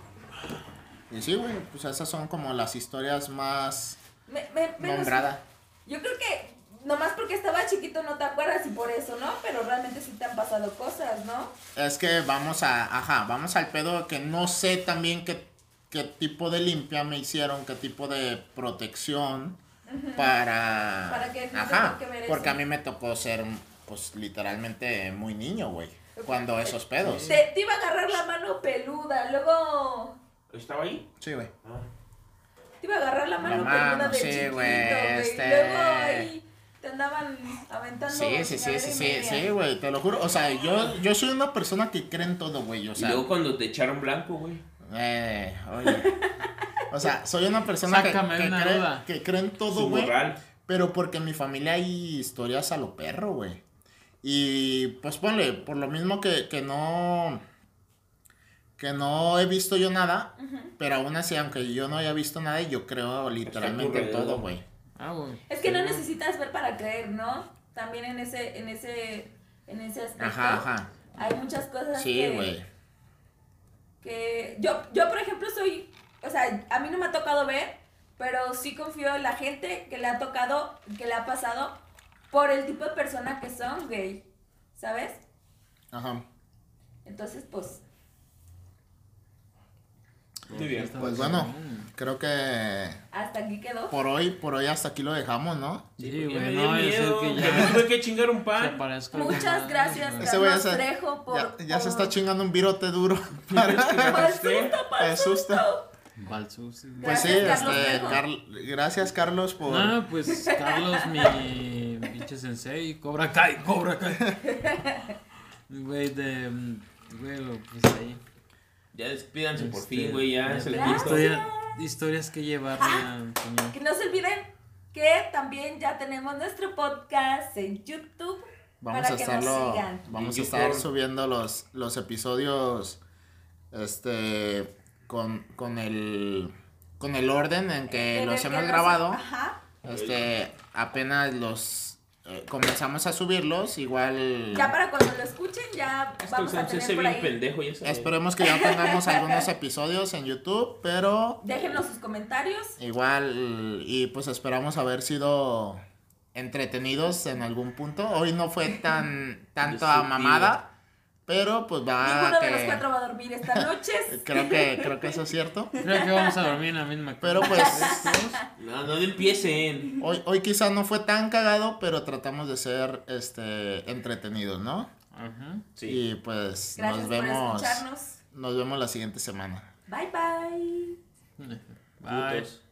Y sí, güey, pues esas son como las historias más
Me- me- menos-
nombradas.
Yo creo que nomás porque estaba chiquito no te acuerdas y por eso, ¿no? Pero realmente sí te han pasado cosas, ¿no?
Es que vamos a, ajá, vamos al pedo que no sé también qué, qué tipo de limpia me hicieron, qué tipo de protección para...
Para que no te
ajá,
toque ver
porque
eso.
a mí me tocó ser, pues, literalmente muy niño, güey, cuando esos pedos.
Te, te iba a agarrar la mano peluda, luego
¿Estaba ahí?
Sí, güey.
Ah.
te iba a agarrar la mano,
La mano,
peluda de
sí,
chiquito,
güey,
güey.
este-
Luego ahí te andaban aventando.
Sí, sí, sí,
chingadera
sí,
y
sí,
media.
sí, güey, te lo juro. O sea, yo, yo soy una persona que cree en todo, güey, o
Y
sea...
luego cuando te echaron blanco, güey.
Eh, oye. O sea, soy una persona que,
Sácame
que
una
cree,
duda.
que cree en todo,
Su
güey.
morral.
Pero porque en mi familia hay historias a lo perro, güey. Y pues ponle, por lo mismo que, que no... Que no he visto yo nada. Pero aún así, aunque yo no haya visto nada, yo creo literalmente en
alrededor.
todo, güey.
Ah, güey.
Es que no necesitas ver para creer, ¿no? También en ese, en ese, en ese aspecto.
Ajá, ajá.
Hay muchas cosas
Sí,
que,
güey.
que yo, yo por ejemplo soy, o sea, a mí no me ha tocado ver, pero sí confío en la gente que le ha tocado, que le ha pasado, por el tipo de persona que son, güey, ¿sabes?
Ajá.
Entonces, pues,
Muy bien.
Pues bueno, creo que
hasta aquí quedó.
por hoy, por hoy hasta aquí lo dejamos, ¿no?
Sí,
Ya
güey,
me dio
no, es el
miedo.
que
Ya me
ya
tuve que chingar un
se
pan.
parezca algo
Muchas
más,
gracias,
güey.
Ese güey ya
Carlos
se,
Trejo, por...
ya, ya se
por-
está chingando un virote duro.
Para el
Para
susto, para el
el susto.
susto.
Balsus, güey.
Pues sí,
Gracias, Carlos
este,
Trejo.
Carl- gracias Carlos por...
Ah, pues Carlos, mi pinche sensei, Cobra Kai, Cobra Kai. Güey, de. mm, Güey, pues ahí.
Ya despídanse por
Este,
fin, güey. Ya se les
Gracias.
dijo.
Historia, historias que llevarme a.
Que no se olviden que también ya tenemos nuestro podcast en YouTube.
Vamos
para
a
que nos
estarlo,
sigan.
vamos a
En
estar
YouPorn.
subiendo los, los episodios, este, con, con el, con el orden en que
En
los
el que
hemos
nos-
grabado.
Ajá.
Este, apenas los eh, comenzamos a subirlos, igual.
Ya para cuando lo escuchen, ya
Es que
vamos a
el se
tener por
bien
ahí.
pendejo, ya sabes.
Esperemos que ya tengamos algunos episodios en YouTube, pero
Déjenos sus comentarios.
igual y pues esperamos haber sido entretenidos en algún punto. Hoy no fue tan tanto a
Destructivo.
mamada, pero pues va
Ninguno de los
que
cuatro va a dormir esta noche.
creo que creo que eso es cierto.
Creo que vamos a dormir en la misma cama.
Pero pues
No, no empiecen.
hoy hoy quizás no fue tan cagado, pero tratamos de ser este entretenidos, ¿no?
Ajá.
Sí.
Y pues
Gracias
nos
por
vemos
escucharnos.
nos vemos la siguiente semana.
Bye bye.
Bye.
Putos.